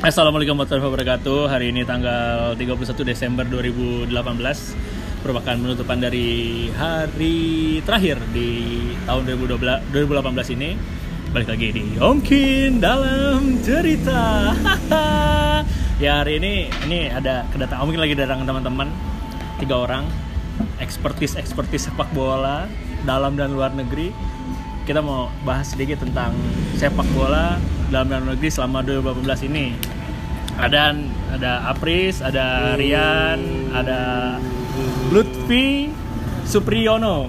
Assalamualaikum warahmatullahi wabarakatuh. Hari ini tanggal 31 Desember 2018 merupakan penutupan dari hari terakhir di tahun 2018 ini. Balik lagi di Omkin dalam cerita. Ya, hari ini ada kedatangan, mungkin lagi datang teman-teman 3 orang ekspertis sepak bola dalam dan luar negeri. Kita mau bahas sedikit tentang sepak bola dalam dan luar negeri selama 2018 ini. Ada Apris, ada Rian, ada Lutfi Supriyono.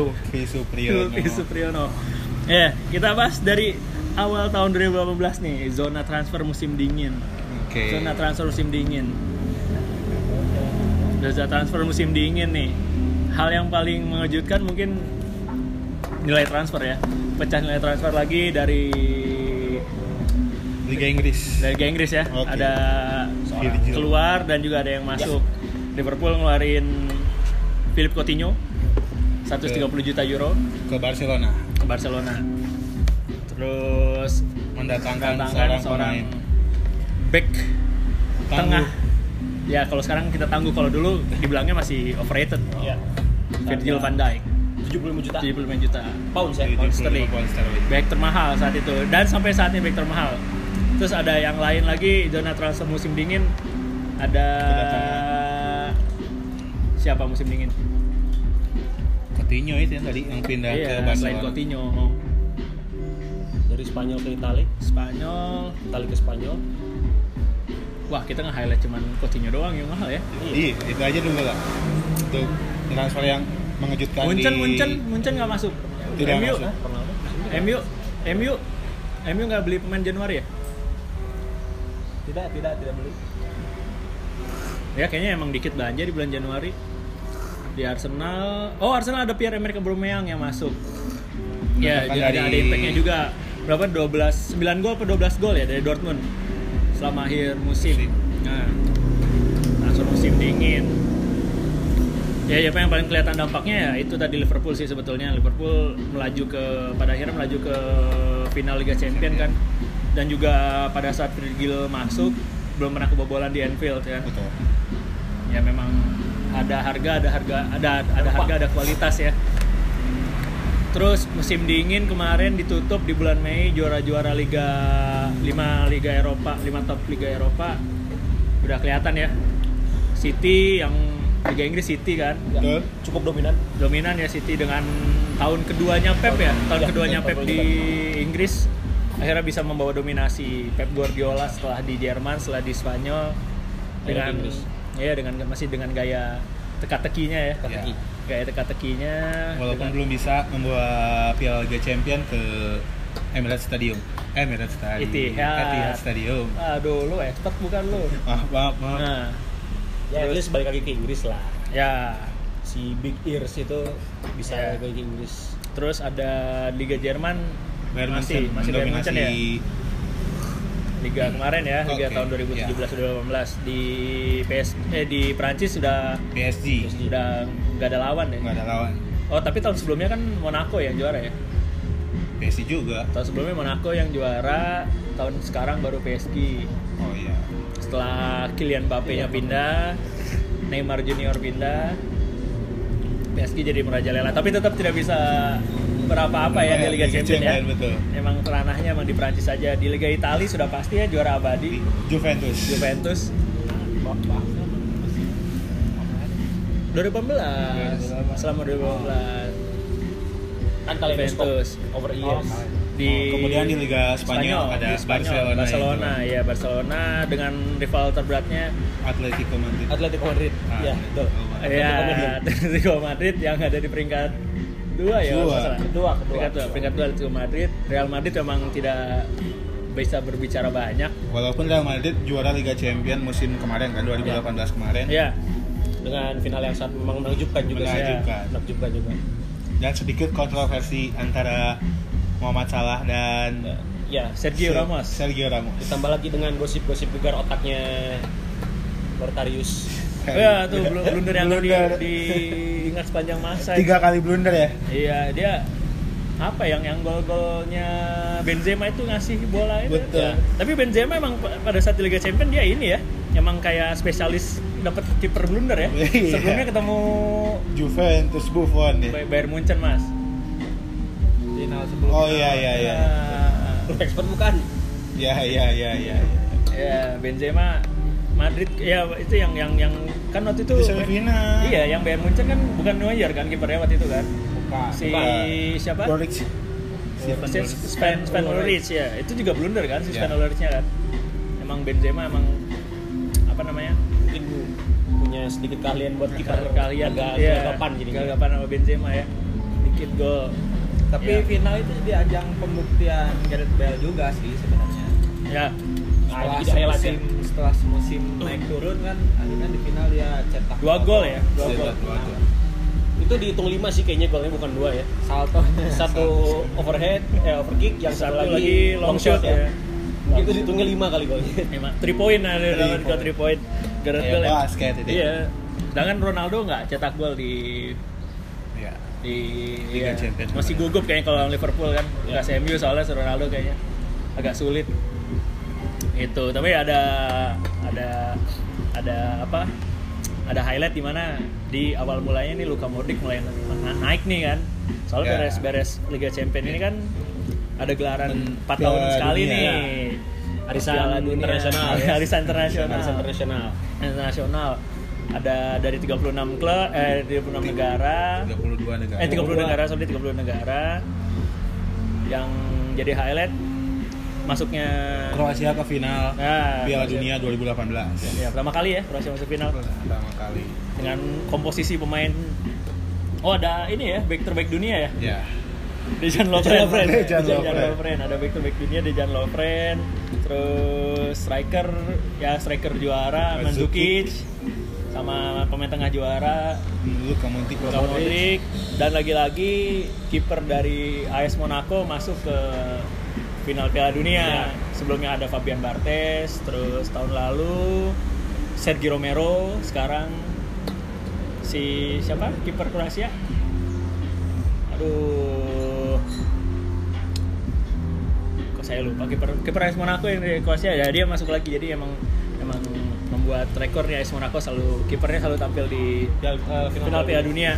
Ya, kita bahas dari awal tahun 2018 nih, zona transfer musim dingin. Okay. Zona transfer musim dingin nih. Hal yang paling mengejutkan mungkin nilai transfer ya. Pecah nilai transfer lagi dari Liga Inggris ya. Okay. Ada keluar dan juga ada yang masuk. Liverpool ngeluarin Philippe Coutinho 130 juta euro ke Barcelona. Terus mendatangkan seorang back tengah. Ya, kalau sekarang kita tangguh, kalau dulu dibilangnya masih overrated. Iya. Virgil van Dijk 75 juta pounds ya, pound sterling. Back termahal saat itu dan sampai saat ini back termahal. Terus ada yang lain lagi, zona transfer musim dingin. Ada siapa musim dingin? Coutinho itu yang tadi yang pindah ke Barcelona. Selain Coutinho. Dari Spanyol ke Itali ke Spanyol. Wah, kita nge-highlight cuman Coutinho doang yang mahal ya. Iya, itu aja dulu lah. Untuk transfer yang mengejutkan. Munchen nggak masuk. Tidak masuk. MU nggak beli pemain Januari ya? Tidak beli. Ya, kayaknya emang dikit belanja di bulan Januari. Di Arsenal ada Pierre-Emerick Aubameyang yang masuk. Ya, jadi ada impact-nya juga. Berapa? 9 gol atau 12 gol ya dari Dortmund selama akhir musim. Nah, transfer musim dingin. Ya, apa yang paling kelihatan dampaknya ya itu tadi Liverpool sih sebetulnya. Liverpool pada akhirnya melaju ke final Liga Champions kan. Dan juga pada saat Virgil masuk belum pernah kebobolan di Anfield kan. Betul. Ya, memang ada kualitas ya. Terus musim dingin kemarin ditutup di bulan Mei, juara-juara Liga 5 top Liga Eropa. Udah kelihatan ya. City yang Liga Inggris City kan. Ya, cukup dominan ya City dengan tahun keduanya Pep ya. Pep di Inggris akhirnya bisa membawa dominasi. Pep Guardiola setelah di Jerman, setelah di Spanyol masih dengan gaya teka-tekinya ya. Gaya teka-tekinya walaupun belum bisa membawa Piala Liga Champions ke Emirates Stadium. Etihad Stadium. Aduh, lu expert bukan lu? Maaf. Nah, ya, at least balik lagi ke Inggris lah. Ya, si Big Ears itu bisa balik ke Inggris. Terus ada Liga Jerman masih Bayern Munchen ya. Liga kemarin ya, Liga tahun 2017-2018 di Prancis sudah PSG. Sudah nggak ada lawan ya. Nggak ada lawan. Oh, tapi tahun sebelumnya kan Monaco yang juara ya. PSG juga. Tahun sebelumnya Monaco yang juara, tahun sekarang baru PSG. Oh iya. Setelah Kylian Mbappe-nya pindah, Neymar Junior pindah, PSG jadi merajalela. Tapi tetap tidak bisa berapa-apa ya di Liga Champions ya. Betul. Emang ranahnya emang di Prancis saja. Di Liga Italia sudah pasti ya juara abadi. Juventus. 2018. Selama 2018. Kan kalian Juventus over years. Kemudian di Liga Spanyol ada Barcelona dengan rival terberatnya Atletico Madrid. Ya, betul. Atletico Madrid yang ada di peringkat 2 ya. Peringkat 2 Atletico Madrid. Real Madrid memang tidak bisa berbicara banyak. Walaupun Real Madrid juara Liga Champions musim kemarin kan 2018 kemarin. Iya. Dengan final yang sangat memang menakjubkan juga. Dan sedikit kontroversi antara Muhammad Salah dan Sergio Ramos. Ditambah lagi dengan gosip-gosip gegar otaknya Bertarius. Ya, tuh blunder yang diingat sepanjang masa. 3 kali blunder ya? Iya, dia apa yang gol-golnya Benzema itu ngasih bola itu. Betul. Ya. Tapi Benzema emang pada saat di Liga Champions dia ini ya, emang kayak spesialis dapat kiper blunder ya. Iya. Sebelumnya ketemu Juventus Buffon ya. Bayern Munchen Mas. Final sebelumnya. Oh iya. Expert bukan? Ya. Ya, Benzema Madrid ya itu yang kan waktu itu Di semifinal. Iya, yang Bayern Munchen kan bukan Neuer kan kipernya waktu itu kan. Siapa? Ulrich. Sven Ulrich ya. Itu juga blunder kan si Sven Ulrichnya kan. Emang Benzema emang apa namanya? Mungkin punya sedikit keahlian buat kiper kalian agak ya, gagapan jadi. Gagapan sama Benzema ya. Dikit gol. Tapi Ya. final itu di ajang pembuktian Gareth Bale juga sih sebenarnya. Ya. Setelah musim naik turun kan, akhirnya di final dia cetak 2 gol ya. 2 gol. Itu dihitung 5 sih kayaknya golnya, bukan 2 ya. Saltonya. Satu overhead, overkick, yang Satu satu lagi long shot ya. Itu dihitungnya 5 kali golnya. 3 point ada dalam 3 point. Gareth Bale. Basket itu. Iya. Sedangkan Ronaldo nggak cetak gol di Liga Champions. masih gugup kayaknya kalau lawan Liverpool kan. Nggak CMU soalnya si Ronaldo kayaknya agak sulit. Itu, tapi ada apa? Ada highlight di mana di awal mulanya nih Luka Modric mulai naik nih kan. Soalnya beres Liga Champions ini kan ada gelaran 4 tahun sekali dunia. nih. Arisan internasional ya. Arisan internasional. Ada dari 36 klub 36 negara. 32 negara. 32 negara, 32 negara. Yang jadi highlight masuknya Kroasia ke final Piala Dunia 2018. Ya, pertama kali ya Kroasia masuk final. Pertama kali. Dengan komposisi pemain. Oh, ada ini ya, back terbaik dunia ya. Ya. Dejan Lovren. Lovren. Ada back terbaik dunia Dejan Lovren. Terus striker juara Mandzukic. Sama pemain tengah juara Luka Modric. Dan lagi-lagi kiper dari AS Monaco masuk ke final Piala Dunia. Sebelumnya ada Fabian Barthez, terus tahun lalu Sergio Romero, sekarang si siapa? Kiper Kroasia. Aduh. Kok saya lupa kiper AS Monaco yang dari Kroasia ya, dia masuk lagi. Jadi emang membuat rekor di AS Monaco, kipernya selalu tampil di final Piala Dunia.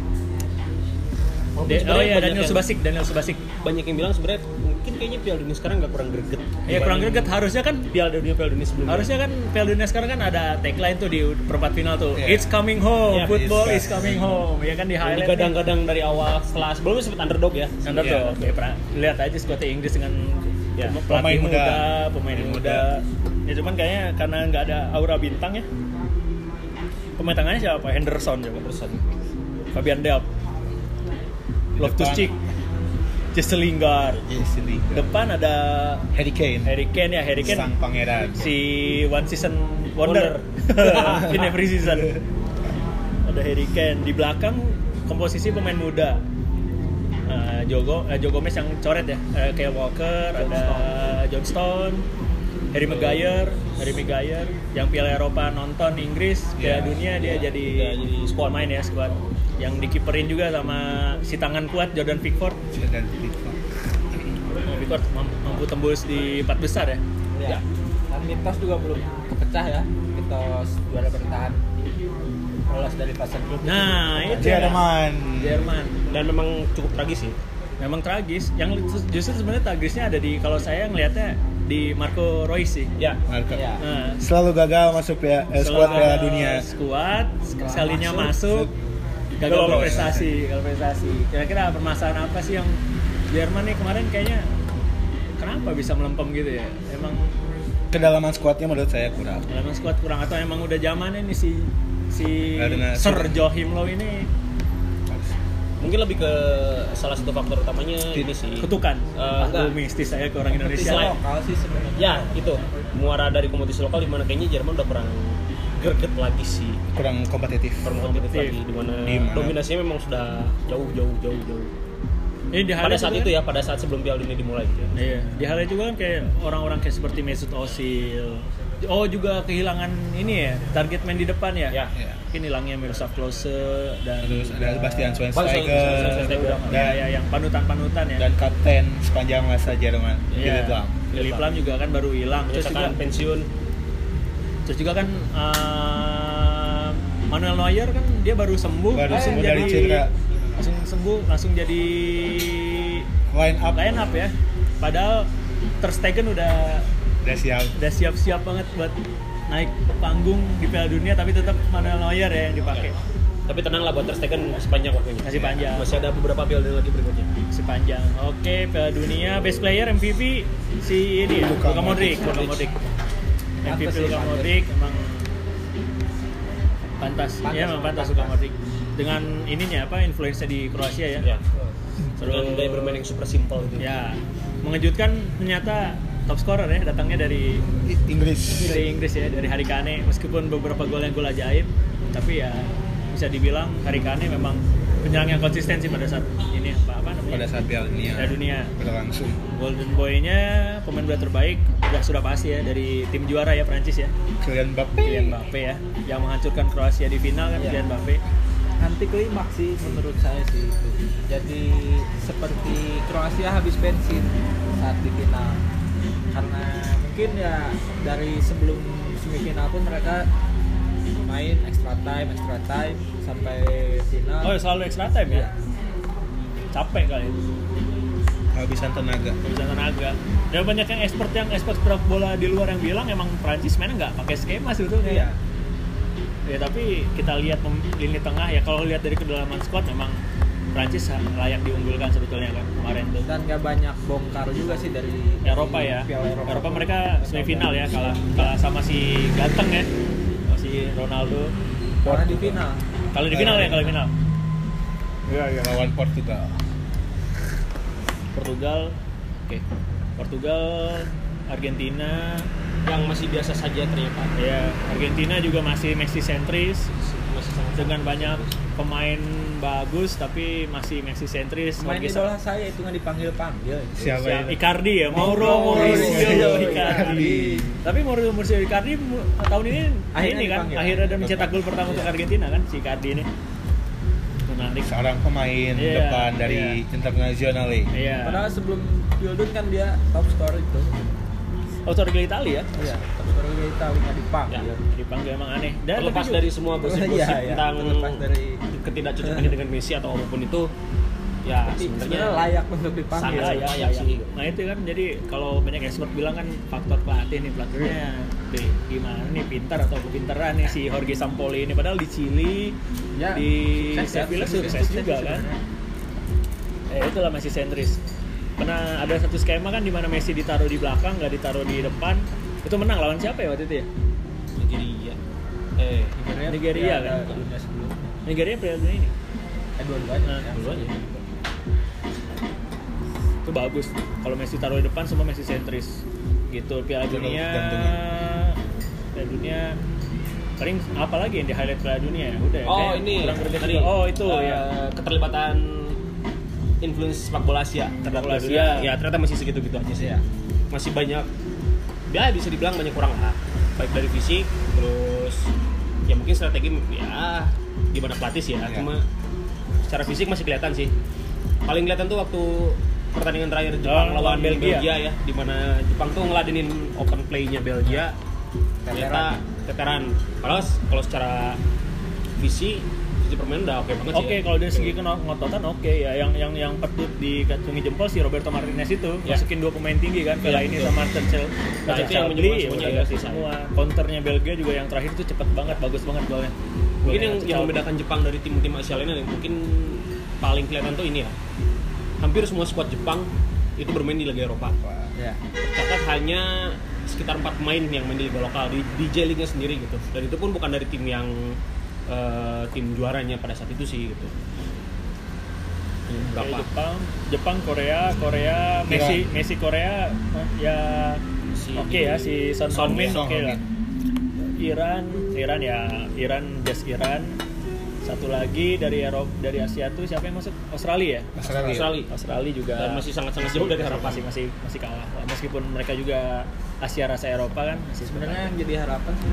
Daniel Subasic. Banyak yang bilang sebenarnya mungkin kayaknya Piala Dunia sekarang nggak kurang greget. Iya, kurang greget. Harusnya kan Piala Dunia sebelumnya. Harusnya kan Piala Dunia sekarang kan ada tagline tuh di perempat final tuh. Yeah. It's coming home, Yeah, football is coming home. Ya kan di highlight. Kadang-kadang dari awal sebelumnya sempat underdog ya. Underdog. Lihat aja skuadnya Inggris dengan pemain muda. Ya cuman kayaknya karena nggak ada aura bintang ya. Pemain tengahnya siapa? Henderson. Fabian Delph. Loftus-Cheek. Jesse Lingard. Depan ada Harry Kane. Sang pangeran. Si one season wonder. In every season. Ada Harry Kane. Di belakang komposisi pemain muda. Joe Gomez yang coret ya. Kyle Walker, ada John Stone, Harry Maguire yang Piala Eropa nonton Inggris, Piala Dunia dia jadi squad main ya, squad. Yang dikiperin juga sama si tangan kuat Jordan Pickford. Pickford mampu tembus di 4 besar ya. Ya. Dan mitos juga belum kepecah ya. Mitos juara bertahan lolos dari fase grup. Nah, itu Jerman. Dan memang cukup tragis sih. Memang tragis. Yang justru sebenarnya tragisnya ada di, kalau saya ngelihatnya di Marco Reus sih. Ya. Ya. Nah, Selalu gagal masuk skuad Piala Dunia. Skuad sekalinya masuk gagal berprestasi. Kira-kira permasalahan apa sih yang Jerman nih kemarin kayaknya kenapa bisa melempem gitu ya? Emang Kedalaman skuadnya menurut saya kurang. kedalaman skuad kurang atau emang udah zamannya nih si Sir Joachim Löw ini Mungkin lebih ke salah satu faktor utamanya ini sih. kutukan. Enggak. Mistis saya ke orang Indonesia. Kompetisi Lokal sih sebenarnya. Ya, itu. Muara dari kompetisi lokal di mana kayaknya Jerman udah kurang greget lagi sih. Kurang kompetitif. Kompetitif lagi di mana dominasinya memang sudah jauh. Ini di pada saat itu ya, pada saat sebelum Piala Dunia dimulai gitu. Iya, di highlight juga kan kayak orang-orang kayak seperti Mesut Ozil. Oh, juga kehilangan ini ya, target main di depan ya. Ya. Mungkin hilangnya Miroslav Klose dan Terus ada Bastian Schweinsteiger. dan yang panutan-panutan ya. dan kapten sepanjang masa Jerman. Iya. Philipp Lahm. Philipp Lahm juga kan baru hilang. Terus juga pensiun. Terus juga kan Manuel Neuer kan dia baru sembuh, dari cedera. langsung sembuh, langsung jadi Line up ya. Padahal Ter Stegen udah siap-siap banget buat naik panggung di Piala Dunia, tapi tetap Manuel Neuer ya yang dipakai. Tapi tenanglah buat Ter Stegen masih panjang waktunya. Masih panjang. Masih ada beberapa Piala Dunia lagi berikutnya. Masih panjang. Oke, Piala Dunia Best Player MVP si ini ya, Luka Modric. MVP Luka Modric emang pantas. Ya, emang pantas Luka Modric. Dengan ininya influence di Kroasia ya. Ya. Dengan gaya bermain yang super simple gitu. Ya, mengejutkan ternyata top scorer ya, datangnya dari Inggris ya, dari Harry Kane. Meskipun beberapa gol ajaib, tapi ya bisa dibilang Harry Kane memang penyerang yang konsisten sih pada saat ini apa namanya? pada saat Piala Dunia berlangsung. Golden Boy-nya pemain bola terbaik sudah pasti ya dari tim juara ya Prancis ya. Kylian Mbappe ya, yang menghancurkan Kroasia di final kan Kylian Mbappe. Anti klimaks sih menurut saya sih itu. Jadi seperti Kroasia habis bensin saat di final. Karena mungkin ya dari sebelum semifinal pun mereka main extra time sampai final. Oh, selalu extra time ya? Capek kali itu. Kehabisan tenaga. Dan banyak yang expert sepak bola di luar yang bilang emang Prancis mainnya nggak pakai skema sebetulnya. Ya tapi kita lihat lini tengah ya, kalau lihat dari kedalaman squad memang Prancis layak diunggulkan sebetulnya kan kemarin tuh. Dan nggak banyak bongkar juga sih dari Eropa ya. Eropa mereka semifinal ya, kalah sama si ganteng ya, si Ronaldo. Kalah di final. Kalau di final. Iya. Lawan Portugal. Oke. Portugal, Argentina yang masih biasa saja ternyata. Ya, Argentina juga masih Messi sentris dengan banyak pemain bagus tapi masih Messi sentris. Pemain idola saya itu nggak dipanggil. Siapa ya? Icardi ya, Mauricio Icardi. Tapi Mauricio Icardi tahun ini akhirnya dan mencetak gol pertama untuk Argentina kan si Icardi ini. Menarik. Seorang pemain depan dari internasional nih. Iya. Padahal sebelum Piala kan dia top scorer itu. Otorga Italia ya? Iya, top scorer Italia nggak dipanggil. Ya, dipanggil emang aneh. Dan terlepas dari semua gosip-gosip tentang ketidakcocokannya dengan Messi atau apapun itu, ya sebenarnya layak untuk dipanggil. Layak sih. Nah itu kan, jadi kalau banyak expert bilang kan faktor pelatihnya gimana nih, pintar atau kepintaran nih si Jorge Sampaoli ini, padahal di Chili di Sevilla sukses juga kan. Itulah masih sentris. Pernah ada satu skema kan di mana Messi ditaruh di belakang, nggak ditaruh di depan. Itu menang lawan siapa ya waktu itu ya? Nigeria kan. Nigeria Piala Dunia ini. Dua-duanya. Itu bagus. Kalau Messi taruh di depan semua Messi sentris. Gitu. Piala Dunia paling apa lagi yang di highlight Piala Dunia ya? Udah. Ini tadi. Itu ya keterlibatan influence sepak bola Asia terhadap Asia. Ya ternyata masih segitu-gitu aja sih ya. Masih banyak, ya bisa dibilang banyak kurang lah. Baik dari fisik, terus ya mungkin strategi ya gimana pelatih sih ya. Cuma secara fisik masih kelihatan sih. Paling kelihatan tuh waktu pertandingan terakhir Jepang lawan Belgia ya, di mana Jepang tuh ngeladenin open play-nya Belgia. Ternyata veteran. Kalau secara visi permainan udah oke banget sih. Oke, kalau dari segi ngototan ya. Yang petut di kacungi jempol si Roberto Martinez itu masukin dua pemain tinggi kan, ini sama Marcel. Nah, itu yang menyebabkan semuanya sih semua. Counternya Belgia juga yang terakhir itu cepet banget, bagus banget golnya. Mungkin yang membedakan Jepang dari tim-tim Asia lainnya yang mungkin paling kelihatan tuh ini ya. Hampir semua skuad Jepang itu bermain di Liga Eropa. Ya. Tercatat hanya sekitar 4 pemain yang main di liga lokal di J-League-nya sendiri gitu. Dan itu pun bukan dari tim yang tim juaranya pada saat itu sih gitu. Berapa? Jepang, Korea, Messi Korea ya oke ya, si Son Min oke lah. Iran Satu lagi dari Eropa, dari Asia tuh siapa yang masuk? Australia ya? Australia juga. Dan masih sangat-sangat jauh dari harapan. Masih kalah. Meskipun mereka juga Asia rasa Eropa kan. Sebenarnya yang jadi harapan sih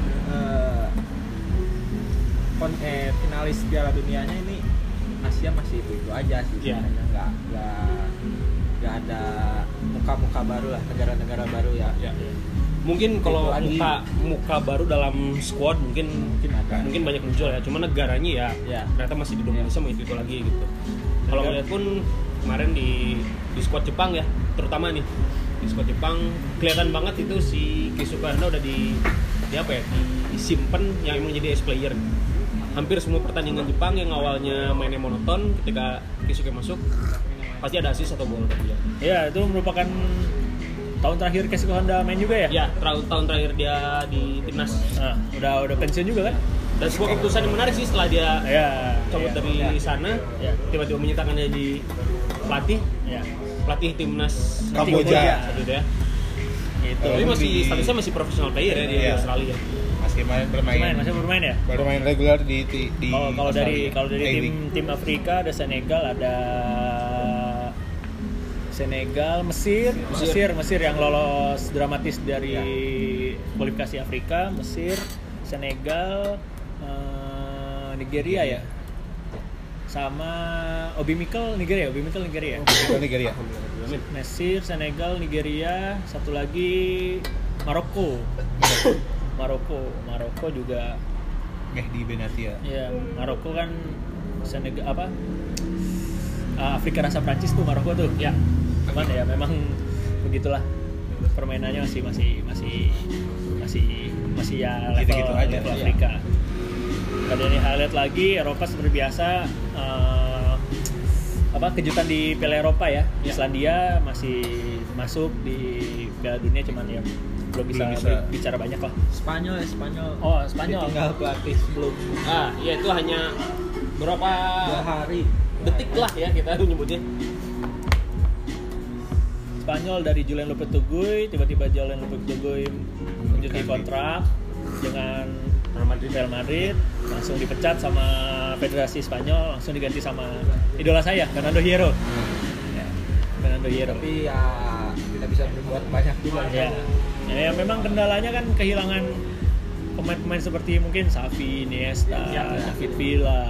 finalis Piala Dunianya ini Asia masih itu aja sih sebenarnya. Nggak ada muka-muka baru lah, negara-negara baru ya. Mungkin kalau muka baru dalam squad mungkin banyak muncul ya. Cuma negaranya ya ternyata masih didominasi sama itu lagi gitu. Kalau ngeliat pun kemarin di squad Jepang ya, terutama nih di squad Jepang kelihatan banget itu si Keisuke Honda udah disimpan yang emang jadi ace player. Hampir semua pertandingan Jepang yang awalnya mainnya monoton, ketika Keisuke masuk pasti ada assist atau gol dari dia. Ya, itu merupakan tahun terakhir Keisuke Honda main juga ya? Ya, tahun terakhir dia di timnas. Nah, udah pensiun juga kan? Dan sebuah keputusan yang menarik sih setelah dia cabut dari sana, tiba-tiba menyatakan dia di pelatih timnas Kamboja. Gitu ya. Gitu. Tapi statusnya masih profesional player ya di Australia. Masih bermain ya? Baru main regular di kalau dari tim Afrika ada Senegal, Mesir yang lolos dramatis dari kualifikasi Afrika, Mesir, Senegal, Nigeria ya, sama Obi Mikel Nigeria. Mesir, Senegal, Nigeria, satu lagi Maroko juga. Mehdi Benatia. Ya, Maroko kan Senegal Afrika rasa Prancis tuh Maroko tuh. Ya. Cuman ya memang begitulah, permainannya masih ya level aja Afrika. Pada ini highlight lagi Eropa seperti biasa, kejutan di Piala Eropa ya. Islandia masih masuk di Piala Dunia, cuman ya belum bisa bicara banyak lah. Spanyol. Oh, Spanyol. Tinggal pelatih sebelum. Iya itu hanya berapa 2 hari. Detik lah ya kita nyebutnya. Spanyol dari Julen Lopetegui, tiba-tiba Julen Lopetegui mencuti kontrak dengan Real Madrid, langsung dipecat sama Federasi Spanyol, langsung diganti sama idola saya, Fernando Hierro. Tapi ya tidak bisa berbuat banyak juga ya memang kendalanya kan kehilangan pemain-pemain seperti mungkin Xavi, Iniesta, David Villa,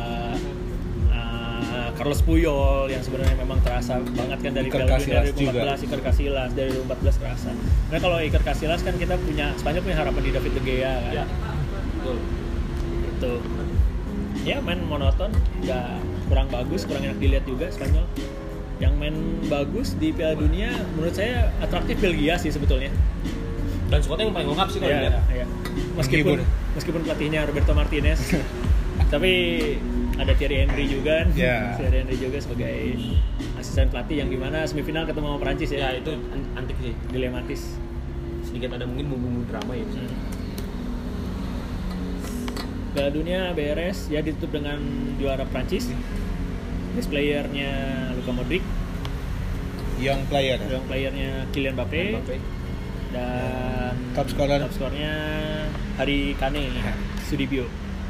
Carlos Puyol yang sebenarnya memang terasa banget kan dari Piala Dunia 2014, Iker Casillas dari 2014 terasa. Nah kalau Iker Casillas kan kita Spanyol punya harapan di David De Gea kan. Ya, betul. Itu. Ya main monoton, kurang bagus, kurang enak dilihat juga Spanyol. Yang main bagus di Piala Dunia menurut saya atraktif Belgia sih sebetulnya. Dan squadnya yang paling lengkap sih kalau dilihat. Iya. Meskipun pelatihnya Roberto Martinez, tapi ada Thierry Henry juga kan. Thierry Henry juga sebagai asisten pelatih yang dimana semifinal ketemu sama Prancis ya. Ya itu antik sih, dilematis. Sedikit ada mungkin bumbu drama ya. Piala Dunia beres ya, ditutup dengan juara Prancis. Best playernya Luka Modric. Young playernya Kylian Mbappe. Dan top scorernya Harry Kane, Sudibyo.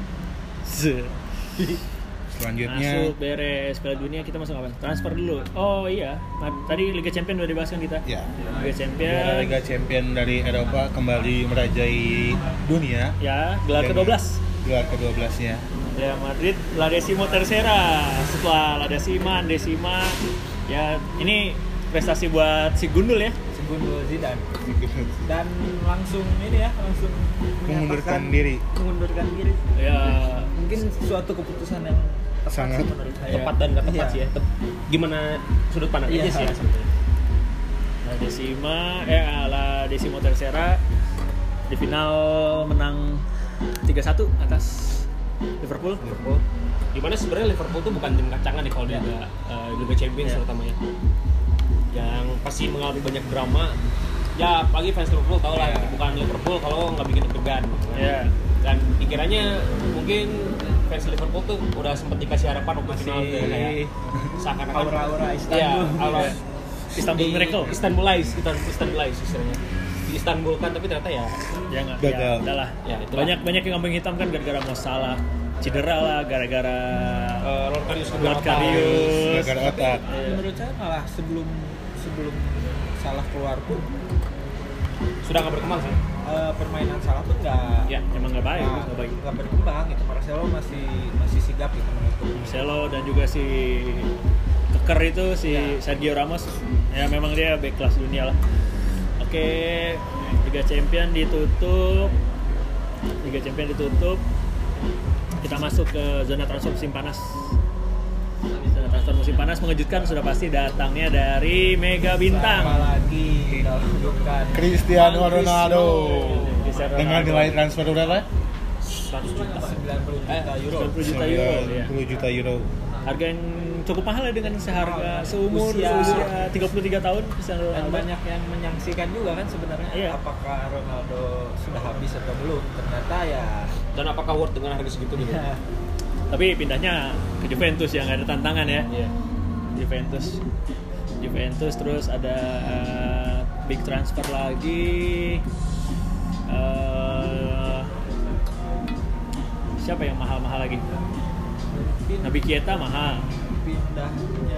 Selanjutnya masuk beres Piala Dunia, kita masuk apa? Transfer dulu. Oh iya, tadi Liga Champion udah dibahas kan kita? Ya. Liga Champion dari Eropa kembali merajai dunia. Ya, gelar ke-12. Gelar ke-12-nya. Real Madrid, La Decimo Tercera. Setelah La Decima, ya ini prestasi buat si Gundul ya. Gundul Zidane. Dan langsung mengundurkan diri. Ya, mungkin suatu keputusan yang sangat menurut saya. Tepat dan gak tepat sih ya. Gimana sudut pandang aja sih ya sebenarnya. La Decimo Tercera di final menang 3-1 atas Liverpool. Dimana sebenarnya Liverpool tuh bukan tim kacangan nih kalau di Liga Champions terutamanya. Yang pasti mengalami banyak drama. Ya, apalagi fans Liverpool tau lah, bukan Liverpool kalau nggak bikin deg-degan. Dan pikirannya mungkin fans Liverpool tuh udah sempet dikasih harapan waktu final kayak seakan-akan aura Istanbul. Istanbul Miracle. Istanbulize istilahnya. di Istanbul kan, tapi ternyata ya nggak gagal. ya, udahlah. Ya, itulah. banyak yang kambing hitam kan gara-gara Mo Salah cedera lah, gara-gara Lord Karius Gara-gara otak. Menurut saya malah sebelum Salah keluar pun sudah nggak berkembang sih. Permainan Salah pun nggak ya emang nggak baik. nggak berkembang gitu. Marcelo masih sigap gitu menurutku. Marcelo dan juga si keker itu si Sergio Ramos ya memang dia back kelas dunia lah. Oke, Liga Champion ditutup. Kita masuk ke zona transfer musim panas. Zona transfer musim panas mengejutkan, sudah pasti datangnya dari mega bintang. Apalagi kalau bukan Cristiano Ronaldo. Cristiano Dengan Ronaldo. nilai transfer berapa? 100 juta. 90 juta euro. 90 juta euro ya. 10 juta euro. Harga yang cukup mahal ya dengan seharga seumur Usia 33 tahun Cristiano Dan Ronaldo. banyak yang menyaksikan juga kan sebenarnya Iya. apakah Ronaldo sudah habis atau belum. Ternyata ya Dan apakah worth dengan harga segitu gitu? ya Tapi pindahnya ke Juventus yang nggak ada tantangan ya. Iya. Juventus terus ada big transfer lagi. Siapa yang mahal-mahal lagi? mungkin Naby Keita mahal. pindahnya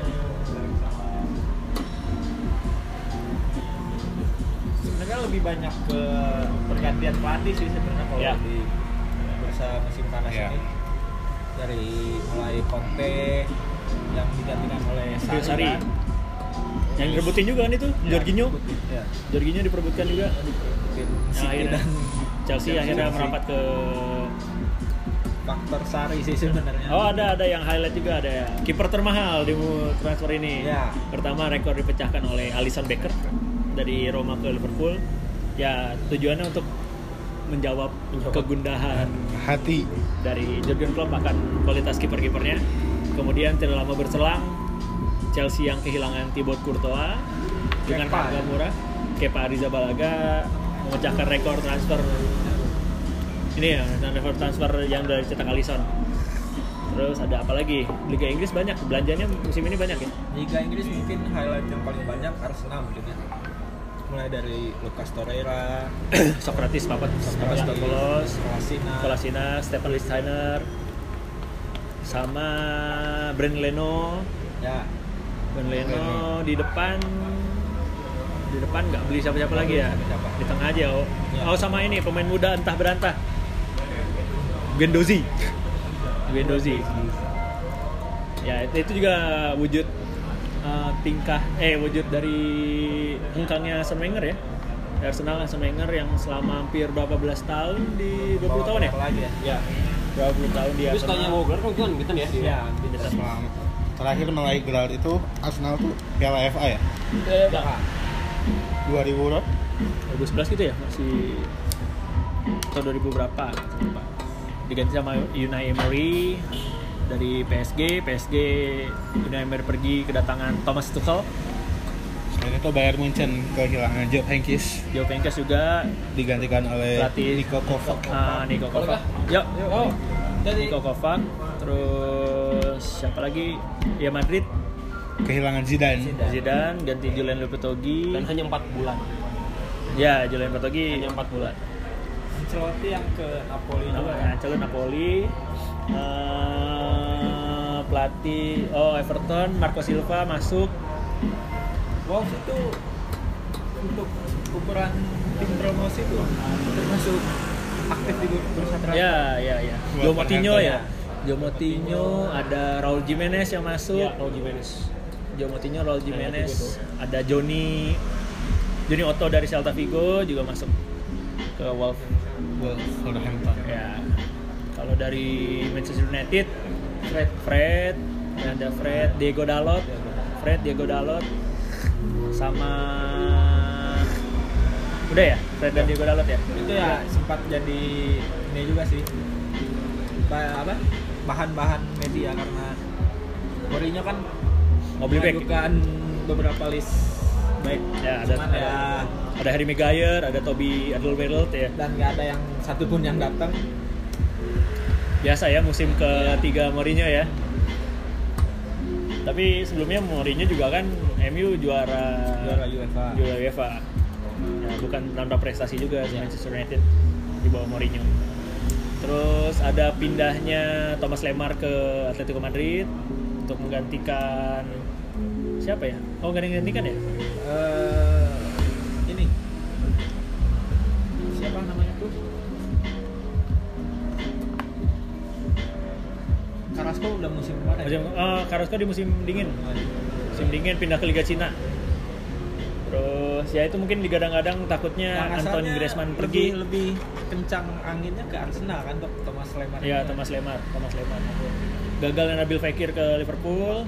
sebenarnya lebih banyak ke pergantian pelatih sih sebenarnya kalau Ya. di bursa musim panas Ya. ini, dari mulai Conte yang digantikan oleh Sari. kan. Yang direbutin juga kan itu, Jorginho. Ya, Jorginho diperebutkan juga. direbutin Yang City akhirnya dan Chelsea akhirnya merapat ke faktor Sari sih sebenarnya. Oh ada yang highlight juga, ada ya. Kiper termahal di transfer ini. Ya. Pertama rekor dipecahkan oleh Alisson Becker dari Roma ke Liverpool. Ya tujuannya untuk menjawab kegundahan Hati. dari Jurgen Klopp akan kualitas kiper-kipernya. Kemudian tidak lama berselang Chelsea yang kehilangan Thibaut Courtois dengan Kepa. harga murah. Kepa Arrizabalaga memecahkan rekor transfer ini ya, transfer yang dari cetak Alisson. Terus ada apa lagi? Liga Inggris banyak, belanjanya musim ini banyak ya. Liga Inggris mungkin highlight yang paling banyak Arsenal mungkin ya. Mulai dari Lucas Torreira, Socrates Papadopoulos, Kolasinac, Stephen Lichtsteiner, sama Brand Leno. ya Brand Leno di depan nggak beli siapa-siapa lagi ya. Siapa? Di tengah aja. Ya. Oh sama ini pemain muda entah berantah. Guendouzi. Ya itu juga wujud wujud dari hengkangnya Arsene Wenger ya. Arsenal Arsene Wenger yang selama hampir berapa belas tahun di 20 tahun ya? Lagi ya. Ya. 20 tahun dia. Tapi sekalinya mau gelar kan gitu ya dia. Ya, Terakhir meraih gelar itu Arsenal tuh Piala FA ya? 2000 berapa? 2011 gitu ya? Masih atau 2000 berapa? Lupa. Diganti sama Unai Emery dari PSG Unai Emery pergi, kedatangan Thomas Tuchel. Selain itu Bayern Munchen kehilangan Jupp Heynckes Jupp Heynckes juga digantikan oleh pelatih Niko Kovac. Niko Kovac. Yuk. Niko Kovac. Terus siapa lagi? Ya Madrid Kehilangan Zidane. ganti Julian Lopetegui. Dan hanya 4 bulan. Ya, Julian Lopetegui Hanya 4 bulan. Ancelotti yang ke Napoli juga ya. Ancelotti Napoli. Pelatih Everton Marco Silva masuk. Wolves itu untuk ukuran tim promosi itu termasuk aktif di bursa transfer. Ya. Joe Moutinho Wolverhampton. ya. Joe Moutinho, ada Raul Jimenez yang masuk. Ya, Raul Jimenez. Joe Moutinho, Raul Jimenez, ada Johnny Otto dari Celta Vigo juga masuk ke Wolverhampton. Ya. Kalau dari Manchester United, Fred, ada Diego Dalot, sama udah ya, Fred dan Diego Dalot ya. Itu ya sempat jadi ini juga sih. Bahan-bahan media karena Mourinho kan Mau beli back. mengajukan beberapa list back. Ya, Cuman ya ada Harry Maguire, ada Toby Alderweireld ya. dan nggak ada yang satupun yang datang. Biasa ya musim ketiga Mourinho ya. Tapi sebelumnya Mourinho juga kan MU juara Juara UEFA. Ya, bukan menambah prestasi juga Manchester United di bawah Mourinho. Terus ada pindahnya Thomas Lemar ke Atletico Madrid untuk menggantikan siapa ya? Oh, nggak ada yang gantikan ya? Ini siapa namanya tuh? Carrasco udah musim kemarin. Carrasco di musim dingin. Musim dingin pindah ke Liga Cina. Terus ya itu mungkin digadang-gadang takutnya Antoine Griezmann pergi. Lebih kencang anginnya ke Arsenal kan, Thomas Lemar. Iya, Thomas Lemar. Gagalnya Nabil Fekir ke Liverpool.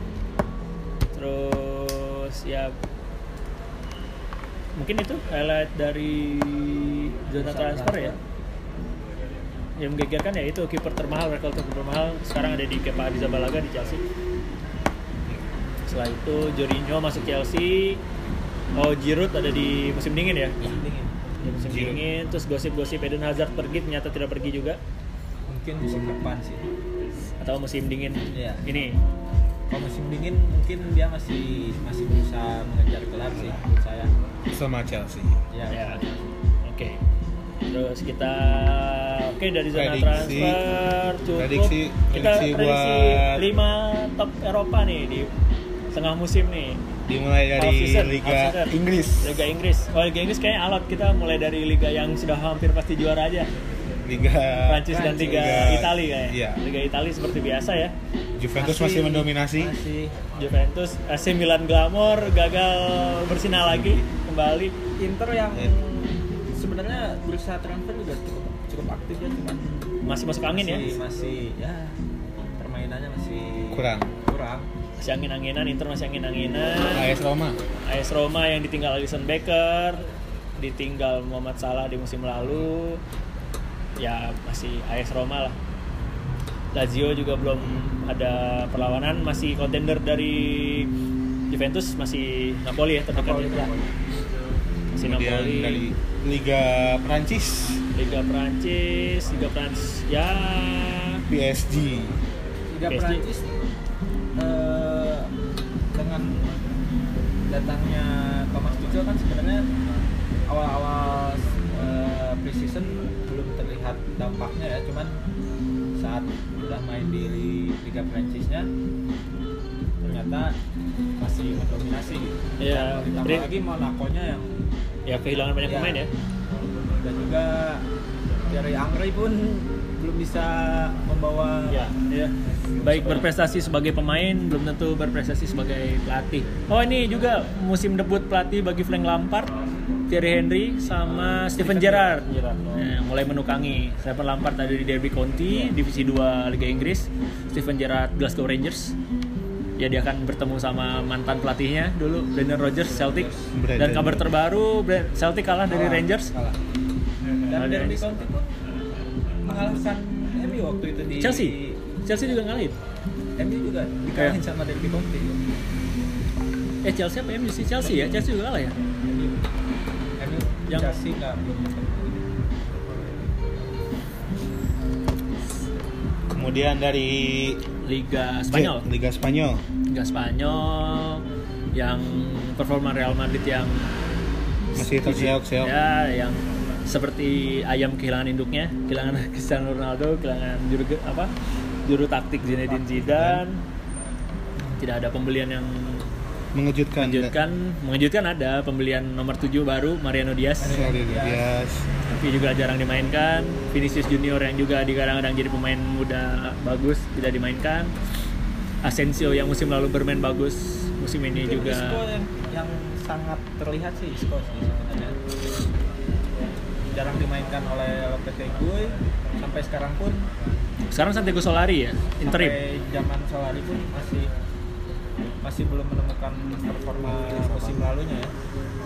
Terus ya mungkin itu highlight dari zona transfer ya. Yang menggegerkan ya itu kiper termahal, rekor kiper termahal sekarang ada di Kepa Arrizabalaga di Chelsea. Setelah itu Jorginho masuk Chelsea. Oh, Giroud ada di musim dingin ya? Musim dingin. Di musim dingin. Terus gosip-gosip Eden Hazard pergi, ternyata tidak pergi juga. Mungkin musim depan sih. Atau musim dingin ini. Kalau musim dingin mungkin dia masih berusaha mengejar gelar sih menurut saya. Sama Chelsea. Ya. Oke. Terus kita dari zona transfer cukup. Prediksi Kita prediksi 5 top Eropa nih di tengah musim nih. Dimulai dari Liga Inggris. Liga Inggris kayaknya alot. Kita mulai dari liga yang sudah hampir pasti juara aja. Liga Prancis dan Liga Italia kayak. Iya. Liga Italia seperti biasa ya. Juventus masih mendominasi. Juventus, AC Milan glamor, gagal bersinar lagi kembali. Inter yang sebenarnya berusaha transfer juga cukup aktif ya, cuman masih masuk angin ya. Masih ya permainannya masih kurang. Masih angin-anginan, Inter masih angin-anginan. AS Roma yang ditinggal Alisson Becker, ditinggal Mohamed Salah di musim lalu. Ya masih AS Roma lah. Lazio juga belum ada perlawanan, masih kontender dari Juventus, masih Napoli ya terdekat ya. Masih Napoli. Dari Liga Prancis ya. PSG. Liga Prancis dengan datangnya Thomas Tuchel kan sebenarnya awal-awal pre-season belum terlihat dampaknya ya, cuman saat udah main di Liga Prancisnya ternyata masih mendominasi gitu. Iya. Ditambah lagi Monaco-nya yang kehilangan banyak pemain ya. Dan juga dari Angri pun belum bisa membawa. Ya. Baik berprestasi sebagai pemain belum tentu berprestasi sebagai pelatih. Oh, ini juga musim debut pelatih bagi Frank Lampard, Thierry Henry sama Steven Gerrard. Mulai menukangi. Steven Lampard ada di Derby County, Divisi 2 Liga Inggris. Steven Gerrard Glasgow Rangers. Ya dia akan bertemu sama mantan pelatihnya dulu, Brendan Rodgers, Celtic. Dan kabar terbaru Celtic kalah dari Rangers. Dan Derby County pun mengalahkan MU waktu itu di Chelsea juga ngalahin. MU juga dikalahin sama Derby County. Chelsea apa MU sih? Chelsea ya? Chelsea juga kalah ya? MU yang Chelsea belum. Kemudian dari Liga Spanyol yang performa Real Madrid yang masih terseok-seok. Ya, yang seperti ayam kehilangan induknya, kehilangan Cristiano Ronaldo, kehilangan juru taktik Zinedine Zidane. Tidak ada pembelian yang mengejutkan ada pembelian nomor 7 baru Mariano Diaz. Tapi juga jarang dimainkan. Vinicius Junior yang juga kadang-kadang jadi pemain muda bagus tidak dimainkan. Asensio yang musim lalu bermain bagus, musim ini mungkin juga Isco yang sangat terlihat sih Isco sih sebenarnya. Jarang dimainkan oleh Lopetegui sampai sekarang pun. Sekarang Santiago Solari ya, interim. Sampai zaman Solari pun masih belum menemukan performa musim lalunya ya.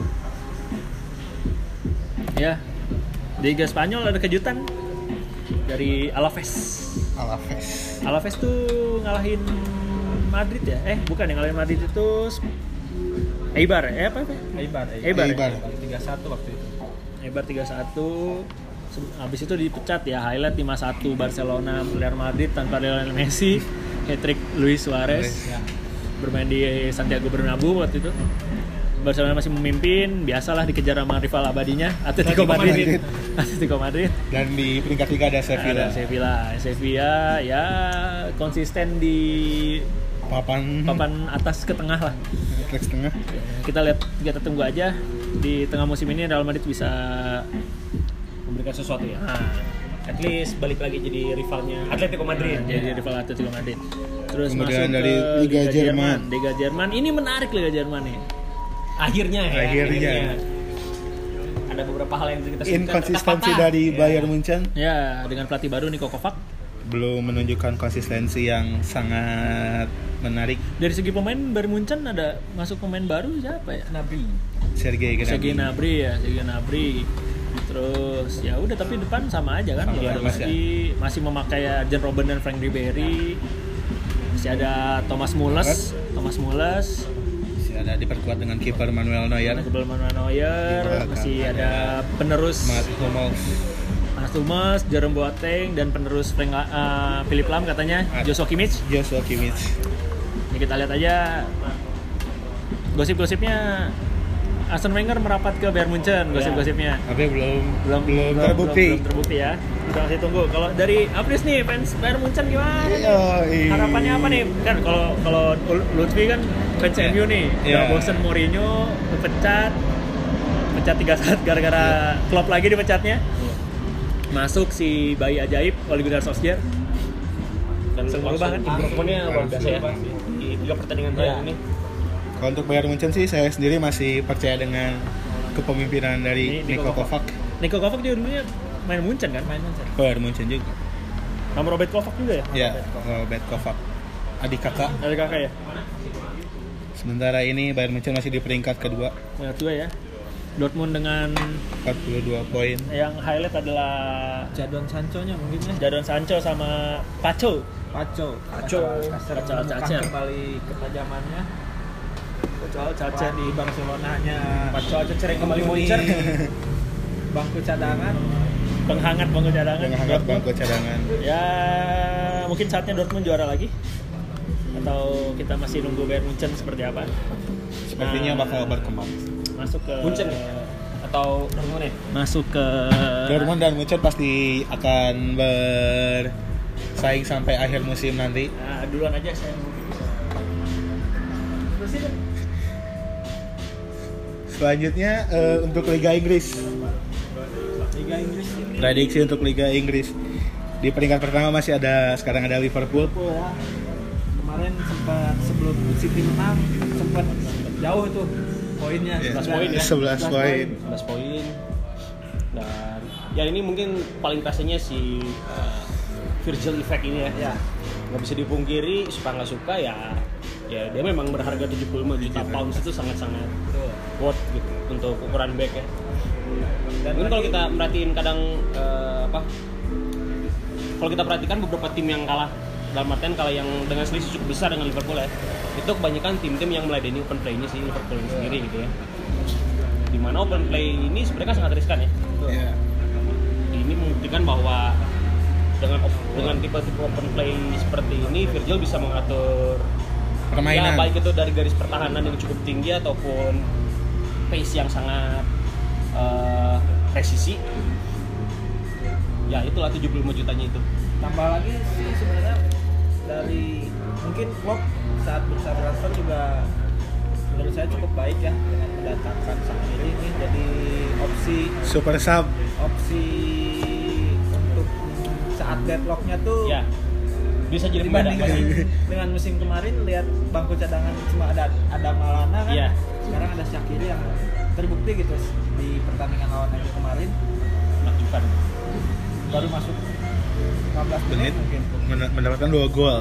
Ya. Di Liga Spanyol ada kejutan dari Alaves tuh ngalahin Madrid ya? Bukan yang ngalahin Madrid itu Eibar. Eibar 3-1 waktu itu. Eibar 3-1. Habis itu dipecat ya, highlight 5-1 Barcelona Real Madrid tanpa Lionel Messi, hat-trick Luis Suarez. Bermain di Santiago Bernabeu waktu itu. Barcelona masih memimpin, biasalah dikejar sama rival abadinya Atletico Madrid. Atletico Madrid. Dan di peringkat 3 ada Sevilla. Sevilla ya konsisten di papan atas ke tengah lah. Track tengah. Kita tunggu aja di tengah musim ini Real Madrid bisa memberikan sesuatu ya. At least balik lagi jadi rivalnya Atletico Madrid. Jadi rival Atletico Madrid. Terus kemudian masuk dari ke Liga Jerman. Liga Jerman ini menarik Liga Jerman nih. Akhirnya. Ada beberapa hal yang kita sebutkan. Inkonsistensi dari Bayern Munchen. Ya, dengan pelatih baru Niko Kovac belum menunjukkan konsistensi yang sangat menarik. Dari segi pemain Bayern Munchen ada masuk pemain baru siapa ya? Sergei Gnabry. Terus ya udah tapi depan sama aja kan. Lewandowski masih memakai Arjen Robben dan Frank Ribery. Masih ada Thomas Mules. Masih ada diperkuat dengan kiper Manuel Neuer. Masih ada penerus Mats Hummels, Jerome Boateng dan penerus Philip Lahm katanya Joshua Kimmich. Ini kita lihat aja gosip-gosipnya. Arsene Wenger merapat ke Bayern Munchen, gosip-gosipnya. Tapi belum terbukti ya. Kita masih tunggu. Kalau dari Apris nih fans Bayern Munchen gimana? Harapannya apa nih? Kan kalau Lutfi kan fans MU nih. Udah bosen Mourinho pecat 3 saat gara-gara Klopp lagi dipecatnya. Masuk si bayi ajaib Ole Gunnar Solskjaer. Dan berubah kan improvementnya luar biasa ya. Di 3 pertandingan terakhir ini. Kalau untuk Bayern Munchen sih saya sendiri masih percaya dengan kepemimpinan dari Niko Kovac. Niko Kovac juga dulunya main Munchen kan? Bayern Munchen juga. Sama Robert Kovac juga ya? Iya, Robert Kovac. Adik kakak ya. Sementara ini Bayern Munchen masih di peringkat kedua. Ya. Dortmund dengan 42 poin. Yang highlight adalah Jadon Sancho-nya mungkin ya. Jadon Sancho sama Pacho. Kembali ketajamannya. Caca di Barcelonanya. Pacho sering kembali muncul. Bangku cadangan. Penghangat bangku cadangan. Ya, mungkin saatnya Dortmund juara lagi. Atau kita masih nunggu Bayern Munchen seperti apa? Sepertinya bakal berkembang. Masuk ke Munchen atau Dortmund ya? Masuk ke Dortmund dan Munchen pasti akan bersaing sampai akhir musim nanti. Nah, duluan aja saya Selanjutnya untuk Liga Inggris. Prediksi untuk Liga Inggris. Di peringkat pertama sekarang ada Liverpool. Ya. Kemarin sempat sebelum City menang sempat jauh itu poinnya. 11 poin. Dan ya ini mungkin paling rasanya si Virgil effect ini ya. Nggak bisa dipungkiri, suka nggak suka ya dia memang berharga 75 juta pounds itu sangat-sangat worth gitu untuk ukuran back ya. Dan mungkin kalau kita merhatiin kalau kita perhatikan beberapa tim yang kalah dalam artian kalau yang dengan selisih cukup besar dengan Liverpool ya, itu kebanyakan tim-tim yang meladeni open play-nya si Liverpool ini sendiri gitu ya. Dimana open play ini sebenarnya kan sangat riskan ya. Ini membuktikan bahwa dengan tipe-tipe open play seperti ini Virgil bisa mengatur permainan. Ya baik itu dari garis pertahanan yang cukup tinggi ataupun pace yang sangat presisi. Ya itulah 75 jutanya itu. Tambah lagi sih sebenarnya dari mungkin Klopp saat bursa transfer juga menurut saya cukup baik ya dengan mendatangkan Shaqiri ini jadi super sub opsi untuk saat deadlocknya tuh ya bisa jadi dibandingkan dengan musim kemarin lihat bangku cadangan cuma ada Malana kan ya. Sekarang ada Shaqiri yang terbukti gitu di pertandingan lawan MU kemarin menakjubkan baru masuk 15 menit mungkin mendapatkan 2 gol.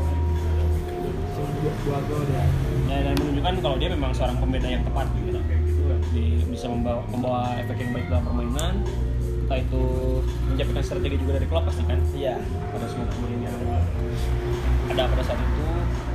Dua gol ya. Dan menunjukkan kalau dia memang seorang pembeda yang tepat gitu. Dia bisa membawa efek yang baik dalam permainan. Entah itu mencapai strategi juga dari klub pasti kan. Iya. Pada semua pemain yang ada pada saat itu.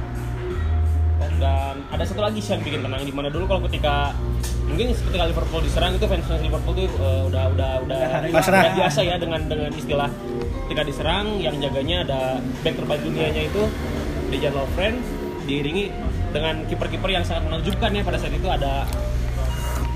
Dan ada satu lagi sih yang bikin tenang di mana dulu kalau ketika Liverpool diserang itu fans Liverpool tuh udah biasa ya dengan istilah ketika diserang yang jaganya ada back terbaik dunianya itu Dejan Lovren diiringi dengan kiper-kiper yang sangat menakjubkan ya pada saat itu ada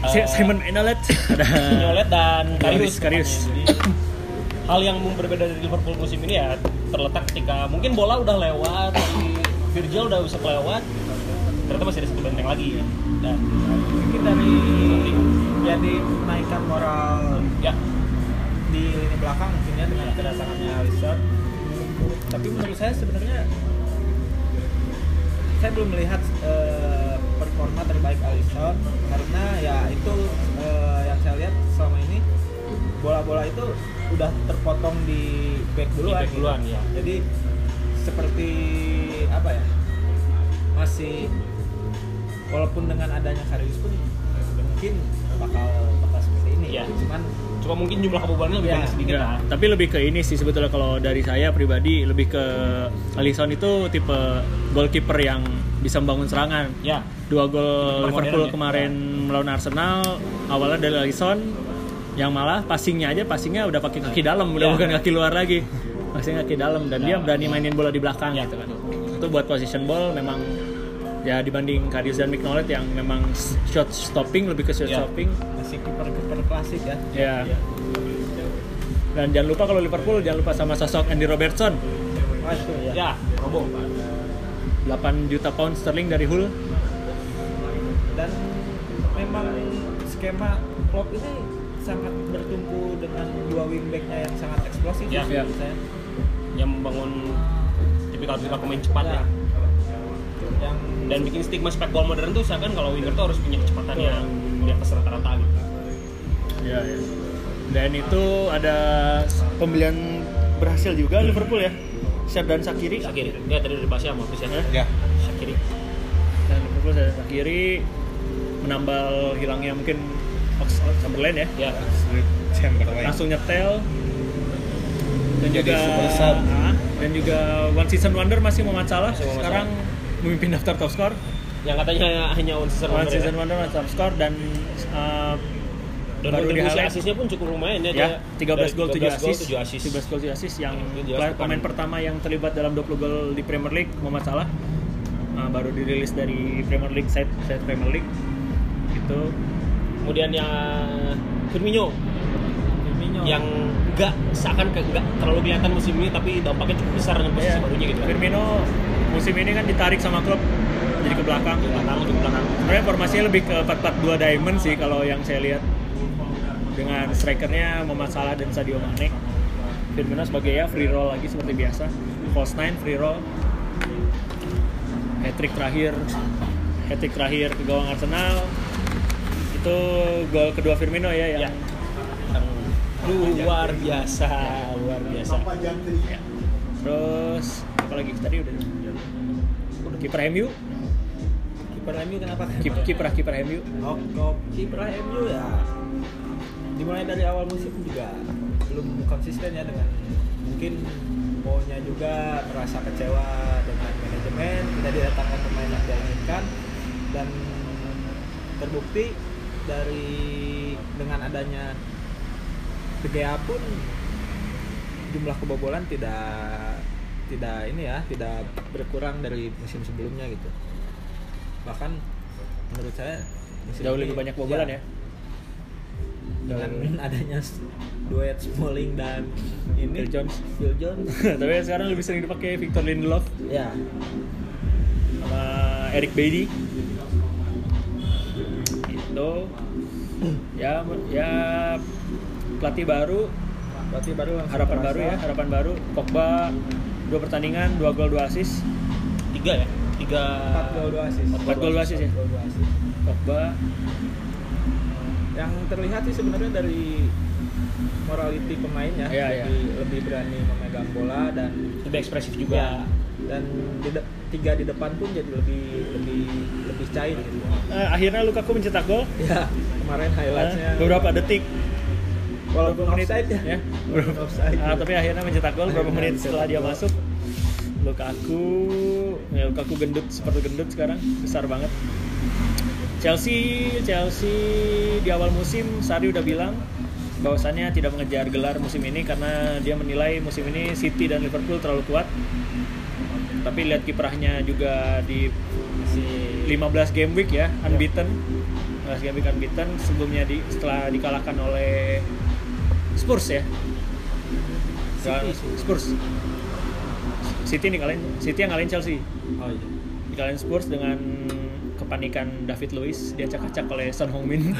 Simon Mignolet, ada Mignolet dan Karius. Karius. Jadi, hal yang berbeda dari Liverpool musim ini ya terletak ketika mungkin bola udah lewat, Virgil udah bisa kelewat, ternyata masih ada satu benteng lagi ya. Dan Mungkin dari jadi menaikkan moral ya di lini belakang mungkin ya dengan kedatangannya Alisson. Tapi menurut saya sebenarnya saya belum melihat performa terbaik Alisson karena ya itu yang saya lihat selama ini bola-bola itu udah terpotong di back duluan, ya. Jadi seperti apa ya, masih walaupun dengan adanya Karius pun mungkin bakal seperti ini Ya. Cuma mungkin jumlah kebobolannya lebih banyak sedikit lah. Tapi lebih ke ini sih sebetulnya kalau dari saya pribadi lebih ke Alisson itu tipe goalkeeper yang bisa membangun serangan. Ya. 2 gol Liverpool modern, ya. kemarin melawan Arsenal awalnya dari Alisson yang malah passingnya udah pakai kaki dalam, udah bukan kaki luar lagi. Passing kaki dalam dan dia berani mainin bola di belakang gitu kan. Itu buat position ball memang ya dibanding Karius dan Mignolet yang memang shot stopping lebih ke shot stopping. masih kiper klasik ya. Ya. Dan jangan lupa kalau Liverpool jangan lupa sama sosok Andy Robertson. Oh, itu ya. Ya, Robo. 8 juta pound sterling dari Hull. Dan memang skema Klopp ini sangat bertumpu dengan 2 wingback-nya yang sangat eksplosif Ya. menurut saya. Yang membangun tipikal pemain cepat ya. Yang Dan bikin stigma sepak bola modern tuh seakan kalau winger tuh harus punya kecepatan yang di atas rata-rata gitu. Ya. Dan itu ada pembelian berhasil juga Liverpool ya. Sherdan Shaqiri. Ya tadi udah dibahas ya sama Chris ya. Ya. Shaqiri. Dan Liverpool Sherdan Shaqiri menambal hilangnya mungkin Chamberlain ya. Ya. Chamberlain. Langsung nyetel. Dan Jadi juga super sub. dan juga One Season Wonder masih Muhammad Salah Masih Muhammad sekarang memimpin daftar top skor. Yang katanya hanya one season Wonder top skor dan dan baru di kontribusi highlight asisnya pun cukup lumayan ya. ya 13 gol 7 assist. assist 13 gol 7 assist yang Itu jelas pemain pertama yang terlibat dalam 20 gol di Premier League Muhammad Salah. Baru dirilis dari Premier League side Premier League itu. Kemudian yang Firmino yang enggak terlalu kelihatan musim ini tapi dampaknya cukup besar dengan posisi barunya gitu. Firmino musim ini kan ditarik sama klub jadi ke belakang. Sebenarnya formasinya lebih ke 4-4-2 diamond sih kalau yang saya lihat. Dengan strikernya Muhammad Salah dan Sadio Mane. Firmino sebagai ya free roll lagi seperti biasa. False 9 free roll. Hat-trick terakhir ke gawang Arsenal. Itu gol kedua Firmino ya yang luar biasa. Ya. Terus apalagi tadi udah kiper MU kenapa? Kiper MU. Kiper MU ya. Dimulai dari awal musim juga belum konsisten ya dengan mungkin maunya juga merasa kecewa dengan manajemen, tidak didatangkan pemain yang diinginkan dan terbukti dengan adanya De Gea pun jumlah kebobolan tidak berkurang dari musim sebelumnya gitu. Bahkan menurut saya Jauh lebih banyak kebobolan ya. Dengan adanya duet Smalling dan ini Phil Jones. Tapi sekarang lebih sering dipakai Victor Lindelof ya sama Eric Bailly. Itu ya pelatih baru harapan baru Pogba 2 pertandingan 2 gol 2 assist 4 gol 2 assist ya Pogba. Yang terlihat sih sebenarnya dari morality pemainnya lebih berani memegang bola dan lebih ekspresif juga dan tiga di depan pun jadi lebih cair gitu. Akhirnya Lukaku mencetak gol Ya kemarin highlightsnya beberapa detik walaupun offside ya. Offside. Tapi akhirnya mencetak gol beberapa menit setelah dia masuk. Lukaku seperti gendut sekarang, besar banget. Chelsea di awal musim Sarri udah bilang bahwasannya tidak mengejar gelar musim ini karena dia menilai musim ini City dan Liverpool terlalu kuat. Tapi lihat kiprahnya juga di 15 game week ya, unbeaten. last game week unbeaten. Sebelumnya setelah dikalahkan oleh Spurs ya. Spurs. City yang ngalahin Chelsea. Oh iya. Dikalahin Spurs dengan kepanikan David Luiz, diacak-acak oleh Son Heung-min.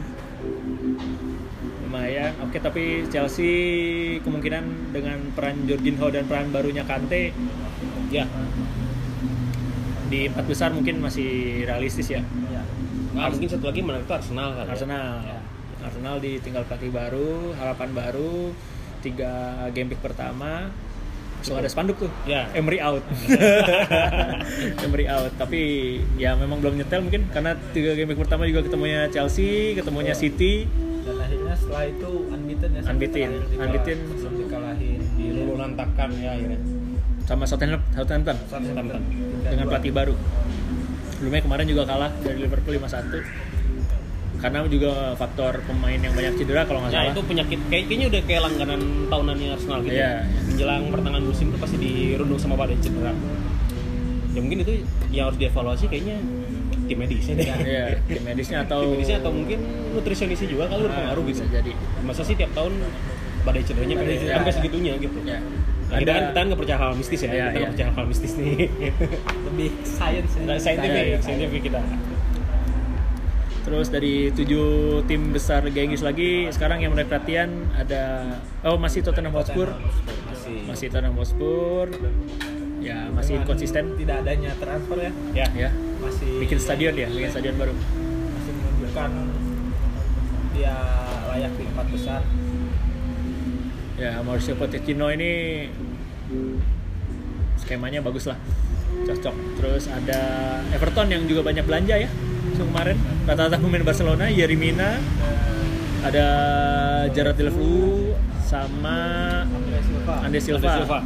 Lumayan. Oke, tapi Chelsea kemungkinan dengan peran Jorginho dan peran barunya Kante ya di 4 besar mungkin masih realistis ya. Mungkin satu lagi menarik itu Arsenal kan. Arsenal ditinggal pelatih baru, harapan baru, 3 game week pertama langsung ada spanduk tuh. Ya. Emery out. Emery out. Tapi ya memang belum nyetel mungkin karena 3 game week pertama juga ketemunya Chelsea, ketemunya City. Dan akhirnya setelah itu unbeaten ya. Unbeaten belum dikalahin di Lululantakan ya akhirnya. Sama Southampton. Dengan pelatih baru. Sebelumnya kemarin juga kalah dari Liverpool 5-1. Karena juga faktor pemain yang banyak cedera kalau nggak salah. Ya itu penyakit kayaknya udah kayak langganan tahunannya Arsenal gitu. Iya. Menjelang pertengahan musim itu pasti dirundung sama badai cedera. Ya mungkin itu yang harus dievaluasi kayaknya tim medisnya deh. Iya, tim medisnya atau mungkin nutrisionisnya juga kalau berpengaruh gitu. Bisa jadi. Masa sih tiap tahun badai cederanya sampai segitunya gitu. Ya. Nah, kita nggak percaya hal mistis ya. Kita nggak percaya hal mistis nih. lebih science ya. Scientific kita. Terus dari 7 tim besar Liga Inggris lagi sekarang yang menarik perhatian ada masih Tottenham Hotspur. Masih Tottenham Hotspur. Ya, masih inkonsisten. Tidak adanya transfer ya. Ya. Masih bikin stadion baru. Masih menunjukkan dia layak di 4 besar. Ya, Mauricio Pochettino ini skemanya bagus lah. Cocok. Terus ada Everton yang juga banyak belanja ya. Kemarin rata-rata pemain Barcelona, Yeremina, ada Gerard Deulofeu sama Andre Silva.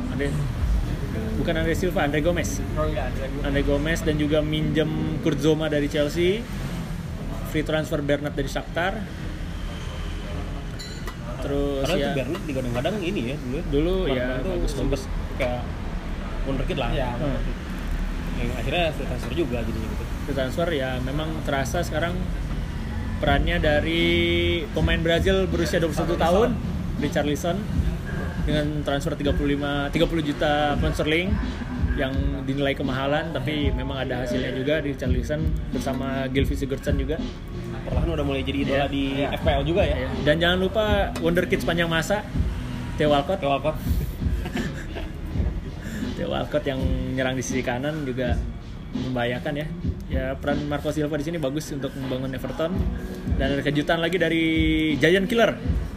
Andre Gomez dan juga minjem Kurt Zouma dari Chelsea, free transfer Bernat dari Shakhtar. Terus padahal ya itu Bernat digadang-gadang ini ya dulu ya bagus kayak wonderkid lah ya. Yang akhirnya free transfer juga jadinya gitu. Free transfer ya memang terasa sekarang perannya dari pemain Brazil berusia 21 tahun, Richarlison, dengan transfer 30 juta pound sterling yang dinilai kemahalan, tapi memang ada hasilnya juga di Richarlison bersama Gylfi Sigurdsson juga. Perlahan udah mulai jadi idola di FPL juga ya. Dan jangan lupa wonderkid sepanjang masa Theo Walcott. Theo Walcott yang nyerang di sisi kanan juga membahayakan ya. Ya peran Marco Silva di sini bagus untuk membangun Everton. Dan ada kejutan lagi dari Giant Killer.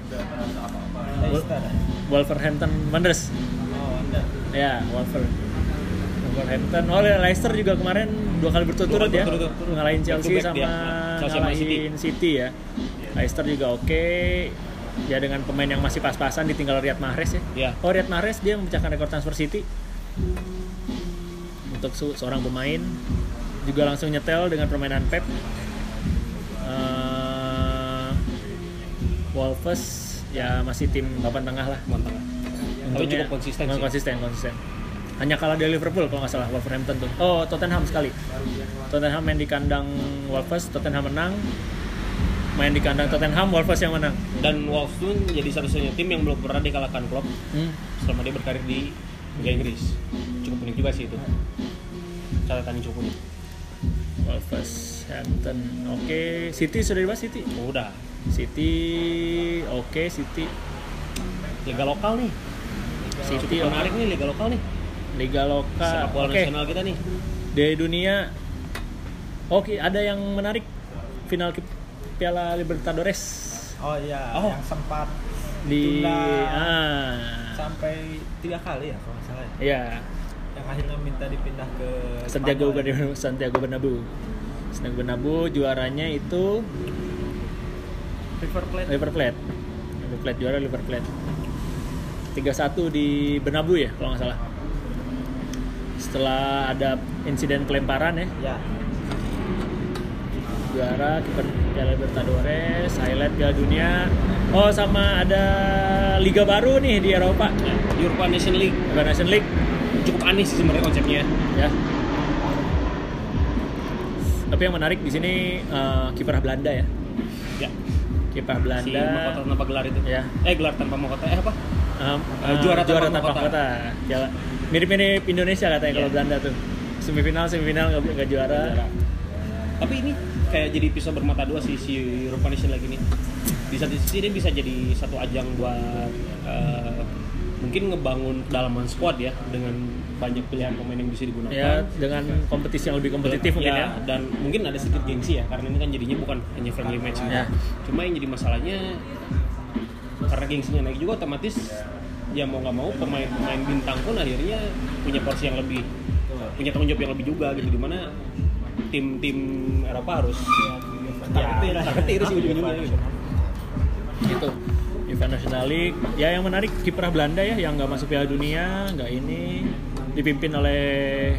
Wolverhampton Wanderers. Ya, Wolverhampton. Leicester juga kemarin 2 kali berturut-turut ya. Ngalahin Chelsea sama ngalahin City ya. Leicester juga oke. Ya dengan pemain yang masih pas-pasan ditinggal Riyad Mahrez ya. Riyad Mahrez dia memecahkan rekor transfer City. Untuk seorang pemain juga langsung nyetel dengan permainan Pep. Wolves ya masih tim papan tengah lah. Tapi cukup konsisten. Hanya kalah dari Liverpool kalau nggak salah Wolverhampton tuh. Tottenham sekali. Tottenham main di kandang Wolves, Tottenham menang. Main di kandang Tottenham, Wolves yang menang. Dan Wolves tuh jadi satu-satunya tim yang belum pernah dikalahkan Klopp selama dia berkarir di Liga Inggris. Cukup unik juga sih itu. Catatan yang cukup unik. Wolverhampton, oke. City sudah dibahas City? Udah. City, oke. City. Liga lokal nih. City menarik nih liga lokal nih. Liga lokal. Sepak bola nasional kita nih. Di dunia. Oke, ada yang menarik final Piala Libertadores. Oh iya, yang sempat sampai 3 kali ya kalau nggak salah. Iya. Yang akhirnya minta dipindah ke Santiago Bernabeu. Juaranya itu River Plate juara River Plate. 3-1 di Bernabeu ya kalau nggak salah. Setelah ada insiden pelemparan ya. Juara kiper Piala Libertadores, highlight Piala Dunia. Sama ada liga baru nih di Eropa. Europa Nation League. Cukup aneh sih sebenarnya konsepnya. Ya. Tapi yang menarik di sini kiprah Belanda ya. Ya. Kiprah Belanda. Si mahkota tanpa gelar itu. Ya. Gelar tanpa mahkota. Apa? Juara tanpa mahkota. Ya. Mirip-mirip Indonesia katanya kalau Belanda tuh. Semifinal nggak juara. Tapi ini kayak jadi pisau bermata dua si Europa Nation lagi nih. Di satu sisi dia bisa jadi satu ajang buat mungkin ngebangun kedalaman squad ya dengan banyak pilihan pemain yang bisa digunakan. Ya, dengan kompetisi yang lebih kompetitif mungkin ya. Dan mungkin ada sedikit gengsi ya karena ini kan jadinya bukan hanya friendly match ya. Cuma yang jadi masalahnya karena gengsinya naik juga otomatis ya mau nggak mau pemain bintang pun akhirnya punya porsi yang lebih, punya tanggung jawab yang lebih juga gitu, dimana tim Eropa harus targetir sih ujung-ujungnya gitu. UEFA National League ya, yang menarik kiprah Belanda ya yang nggak masuk Piala Dunia, nggak ini, dipimpin oleh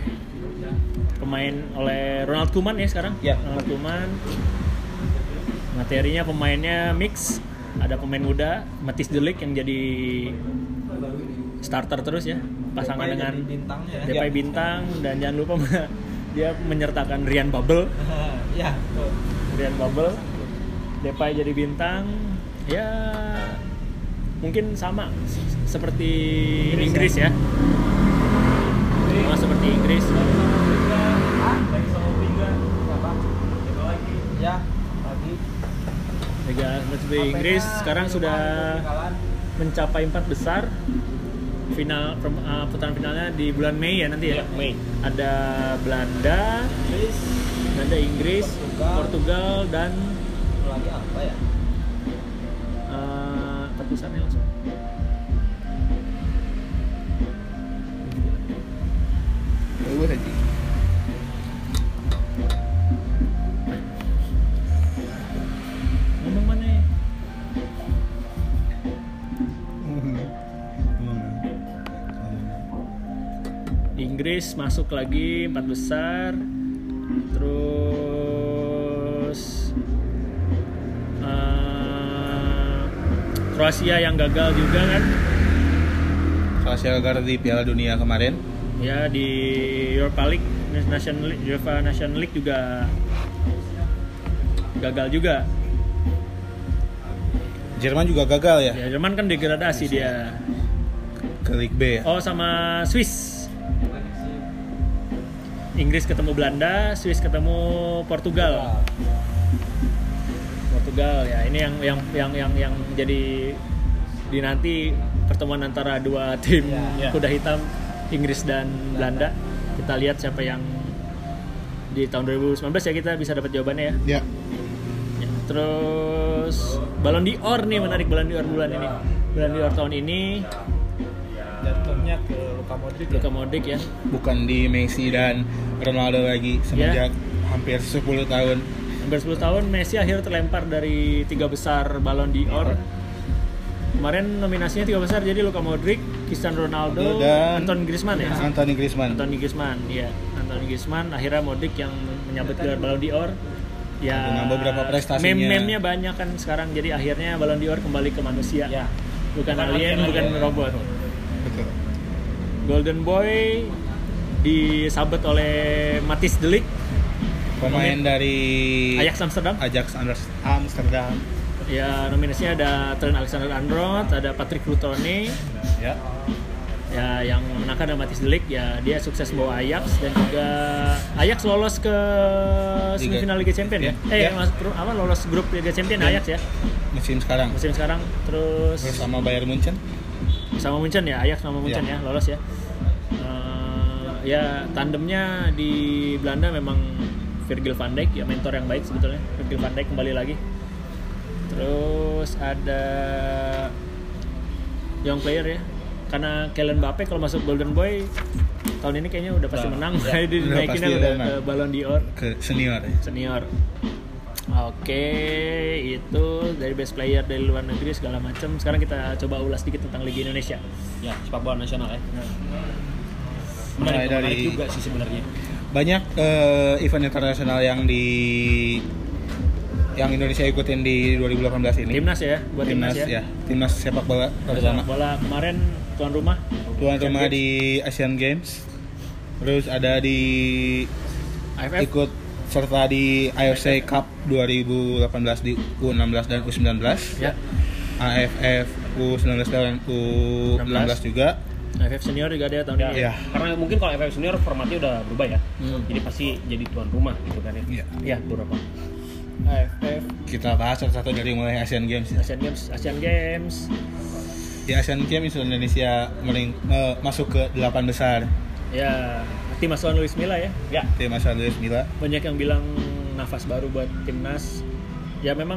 Ronald Koeman ya sekarang. Ronald Koeman. Materinya pemainnya mix, ada pemain muda Matthijs de Ligt yang jadi starter terus ya, pasangan dengan Depay bintang, dan jangan lupa dia menyertakan Ryan Babel. Ryan Babel, Depay jadi bintang. Ya mungkin sama seperti Inggris ya. Sama seperti Inggris. Liga seperti Inggris sekarang sudah mencapai 4 besar. Putaran finalnya di bulan Mei ya nanti ya. Mei. Ada Belanda, Inggris, Portugal dan lagi apa ya? Tebusannya langsung. Gue tadi. Ngomong mana ya? Inggris masuk lagi 4 besar. Terus Kroasia yang gagal juga kan? Kroasia gagal di Piala Dunia kemarin. Ya, di UEFA National League juga gagal juga. Jerman juga gagal ya? Ya, Jerman kan degradasi dia Ke Liga B ya? Oh, sama Swiss. Inggris ketemu Belanda, Swiss ketemu Portugal ya. Ini yang jadi dinanti pertemuan antara dua tim kuda hitam, Inggris dan Belanda. Kita lihat siapa yang di tahun 2019 ya, kita bisa dapat jawabannya ya. Ya, terus Ballon d'Or nih, menarik Ballon d'Or bulan ini. Ballon d'Or tahun ini jatuhnya ke Luka Modric ya. Bukan di Messi dan Ronaldo lagi semenjak hampir 10 tahun. Hampir 10 tahun Messi akhirnya terlempar dari 3 besar Ballon d'Or. Kemarin nominasinya 3 besar, jadi Luka Modric, Cristiano Ronaldo, dan Antoine Griezmann ya. Antoine Griezmann, akhirnya Modric yang menyabet gelar Ballon d'Or. Ya, dengan beberapa prestasinya. Meme-nya banyak kan sekarang, jadi akhirnya Ballon d'Or kembali ke manusia. Ya. Bukan alien, bukan robot. Betul. Golden Boy disabet oleh Matthijs de Ligt, pemain dari Ajax Amsterdam. Ya, nominasinya ada Trent Alexander-Arnold, ada Patrick Crotone. Ya, yang menangkan ada Matthijs de Ligt. Ya, dia sukses bawa Ajax, dan juga Ajax lolos ke semifinal Liga Champions ya. Lolos grup Liga Champions Ajax ya. Musim sekarang terus bersama Bayern Munchen. Sama Munchen ya, Ajax sama Munchen ya, lolos ya. Ya, tandemnya di Belanda memang Virgil van Dijk ya, mentor yang baik sebetulnya. Virgil van Dijk kembali lagi. Terus ada young player ya, karena Kylian Mbappe kalau masuk Golden Boy tahun ini kayaknya udah pasti menang. Jadi dinaikinnya udah ke Ballon d'Or, ke senior. Oke, itu dari best player dari luar negeri segala macam. Sekarang kita coba ulas sedikit tentang Liga Indonesia. Ya, sepak bola nasional ya. Menarik juga sih sebenarnya. Banyak event internasional yang Indonesia ikutin di 2018 ini. Timnas ya, buat timnas ya. Timnas sepak bola terutama. Bola kemarin tuan rumah di Asian Games. Terus ada di AFF. Ikut serta di AFC Cup 2018 di U16 dan U19. Ya. AFF U19 dan U16 juga. AFF senior juga ada tahun ini. Iya. Karena mungkin kalau AFF senior formatnya udah berubah ya. Jadi pasti jadi tuan rumah gitu kan ya. Iya. Iya, beberapa. AFF, Kita bahas satu-satu dari mulai Asian Games. Asian Games. Di Asian Games Indonesia masuk ke 8 besar. Ya, tim asuhan Luis Milla ya. Ya. Tim asal Luis Milla. Banyak yang bilang nafas baru buat timnas. Ya memang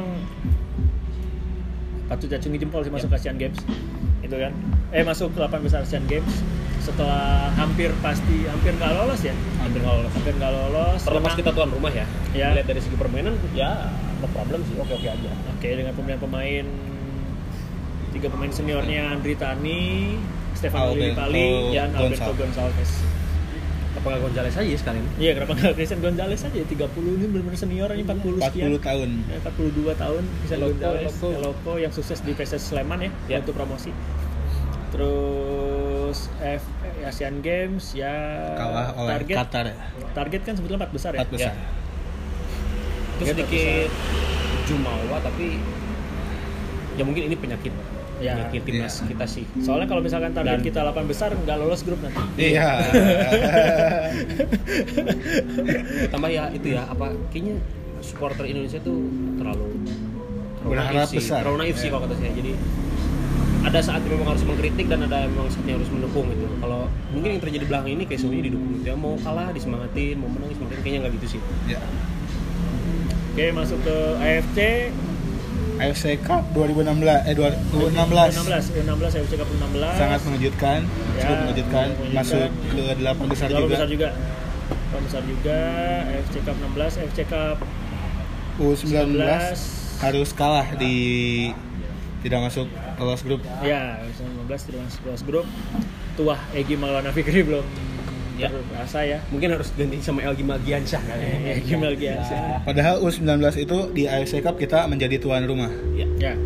patut acungi jempol sih masuk ke Asian Games. Itu kan. Masuk ke 8 besar Asian Games setelah hampir nggak lolos ya. Hampir nggak lolos. Terlepas Menang. kita tuan rumah ya. Ya. Lihat dari segi permainan ya no problem sih. Oke aja. Oke, dengan pemain 3 pemain seniornya Andri Tani, Stefano Lillipali, dan Alberto Gonçalves. Apa nggak Gonzales aja sekalian? Iya, kenapa nggak Christian Gonzalez aja? 30 ini benar-benar senior, ini 40 sekian. 40 tahun. 42 tahun Christian Loko, Gonzalez, Loko. Loko yang sukses di PSS Sleman ya, untuk promosi. Terus Asian Games ya Kalah oleh target, Qatar ya. Target kan sebetulnya 4 besar ya. 4 besar. Itu sedikit jumawa tapi ya mungkin ini penyakit timnas kita sih. Soalnya kalau misalkan target kita 8 besar nggak lolos grup nanti. Iya. Tambah ya itu ya apa kayaknya supporter Indonesia tuh terlalu Berharap naif sih. besar. Terlalu naif sih kalau kata saya. Jadi ada saat memang harus mengkritik dan ada memang saatnya harus mendukung gitu. Kalau mungkin yang terjadi belakang ini kayak semuanya didukung gitu ya, mau kalah disemangatin, mau menang disemangatin, kayaknya nggak gitu sih. Ya. Oke, masuk ke AFC AFC Cup 2016 U16 AFC Cup 16 sangat mengejutkan, Ya, cukup mengejutkan, mengejutkan. masuk ke 8 besar 8 juga. besar juga. 8 besar juga, AFC Cup 16, AFC Cup U19 harus kalah di tidak masuk lolos grup. ya, U19 tidak masuk lolos grup. Tuah Egy Maulana Fikri belum Ya. terasa ya. Mungkin harus ganti sama Elgi Magiansyah kan. Egy Magiansyah. Padahal U19 itu di AFC Cup kita menjadi tuan rumah. Ya.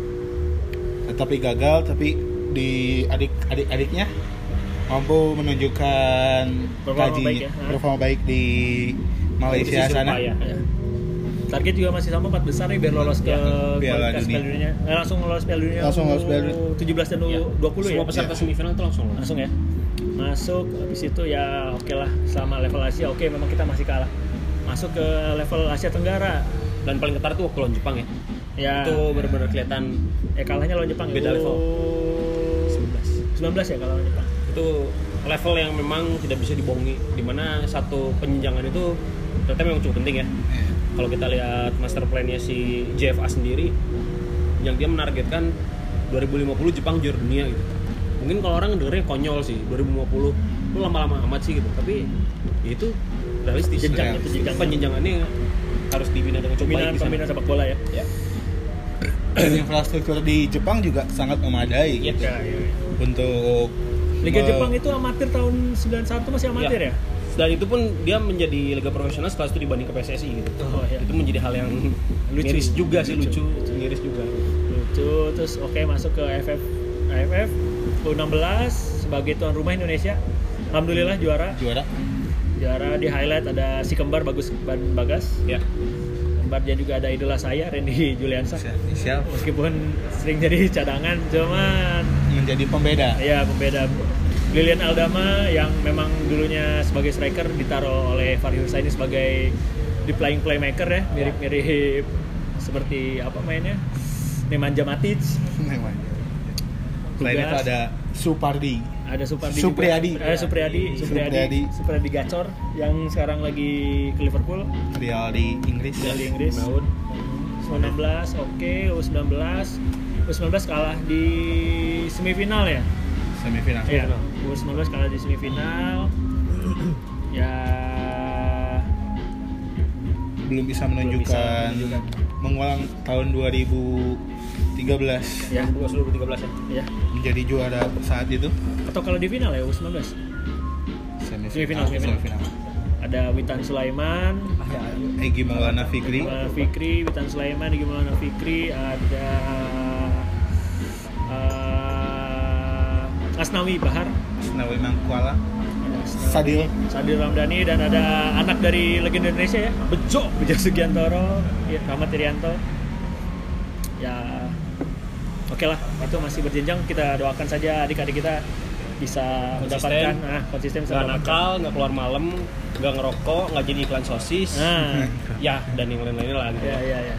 Tetapi gagal, tapi di adik-adiknya mampu menunjukkan Performa baik ya. performa baik di Malaysia Posisi sana. upaya. Ya. Target juga masih sama 4 besar nih biar lolos ke Piala kualifikasi Dunia. Piala Dunia. Langsung lolos Piala Dunia. Langsung lolos Piala Dunia. 17 dan U20 ya. Semua peserta semifinal tuh langsung. Langsung ya. Masuk habis itu ya oke lah sama level Asia oke memang kita masih kalah. Masuk ke level Asia Tenggara. Dan paling ketar tuh waktu lawan Jepang ya. Ya. Itu benar-benar kelihatan Kalahnya lawan Jepang beda ya. level. 19 ya kalah lawan Jepang. Itu level yang memang tidak bisa dibohongi, dimana satu penjenjangan itu ternyata memang cukup penting ya. Kalau kita lihat master plan-nya si JFA sendiri, yang dia menargetkan 2050 Jepang juara dunia gitu. Mungkin kalau orang dengernya konyol sih, 2050 lu lama-lama amat sih gitu, tapi ya itu realistis. Jenjang itu jenjang. Penjenjangannya harus dibina dengan cukup baik di sana. Pembinaan sepak bola ya. Dan infrastruktur di Jepang juga sangat memadai Iya. Ya. untuk Liga Jepang itu amatir tahun 91 masih amatir ya? Dan itu pun dia menjadi liga profesional setelah itu dibanding ke PSSI gitu. Oh, iya. Itu menjadi hal yang Lucu. miris juga sih, Lucu. miris juga. Lucu. Terus oke masuk ke AFF U16 sebagai tuan rumah Indonesia. Alhamdulillah juara di highlight ada si kembar Bagas. Ya. Kembarnya juga ada idola saya Randy Juliansyah. siap Meskipun sering jadi cadangan cuman menjadi pembeda. ya pembeda. Lilian Aldama yang memang dulunya sebagai striker ditaruh oleh Fahri Husaini sebagai di playing playmaker ya, mirip-mirip seperti apa mainnya Nemanja Matic. Selain itu ada Supardi. Ada Supardi Supriyadi. Supriyadi Gacor yang sekarang lagi ke Liverpool Real di Inggris. di Inggris. U19 oke, U19 kalah di semifinal ya. Semifinal. Ya, U19 kalah di semifinal. Ya Belum bisa menunjukkan mengulang tahun 2013 ya, 2013 ya. ya. menjadi juara saat itu. Atau kalau di final ya U19. Semifinal. Ada Witan Sulaiman, Egy Maulana Fikri, Witan Sulaiman, Egy Maulana Fikri, ada Asnawi Bahar, Asnawi Mangkuala, ada Sadil Ramdhani, dan ada anak dari legenda Indonesia ya, Bejo Sugiantoro, ya, Rahmat Irianto. Ya, oke lah, itu masih berjenjang. Kita doakan saja adik-adik kita bisa mendapatkan konsisten, nggak nakal, nggak keluar malam, nggak ngerokok, nggak jadi iklan sosis, ya dan yang lain-lainnya lah. Gitu.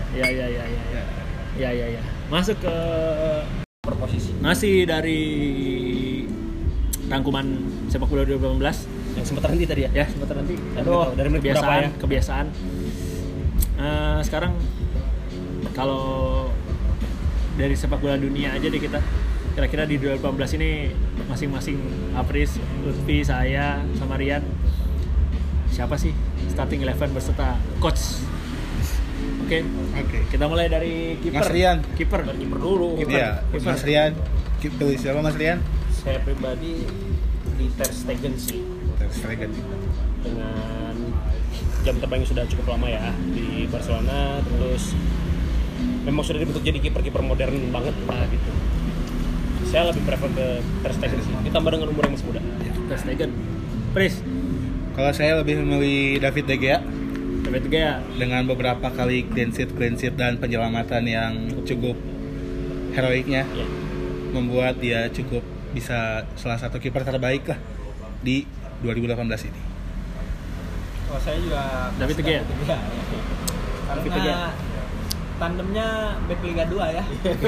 Ya. Masuk ke Perposisi. masih dari rangkuman sepak bola 2018 yang sempat terhenti tadi ya. Sempat terhenti. Dari menit berapa ya? Kebiasaan. Sekarang kalau dari sepak bola dunia aja deh, kita kira-kira di 2018 ini masing-masing Apris, Lutfi, saya sama Rian, siapa sih starting 11 beserta coach? Oke. Kita mulai dari kiper. Mas Rian. Kiper dulu. Iya, Mas Rian. Pilih siapa Mas Rian? Saya pribadi di Ter Stegen sih. Ter Stegen. Dengan jam terbangnya sudah cukup lama ya di Barcelona, terus memang sudah dibentuk jadi kiper modern banget lah gitu. Saya lebih prefer ke Ter Stegen sih, ditambah dengan umur yang masih muda. Ter Stegen. Pris. Kalau saya lebih memilih David De Gea. Dengan beberapa kali clean sheet dan penyelamatan yang cukup heroiknya, membuat dia cukup bisa salah satu kiper terbaik lah di 2018 ini. Oh, saya juga David De Gea. Karena tandemnya back Liga 2 ya.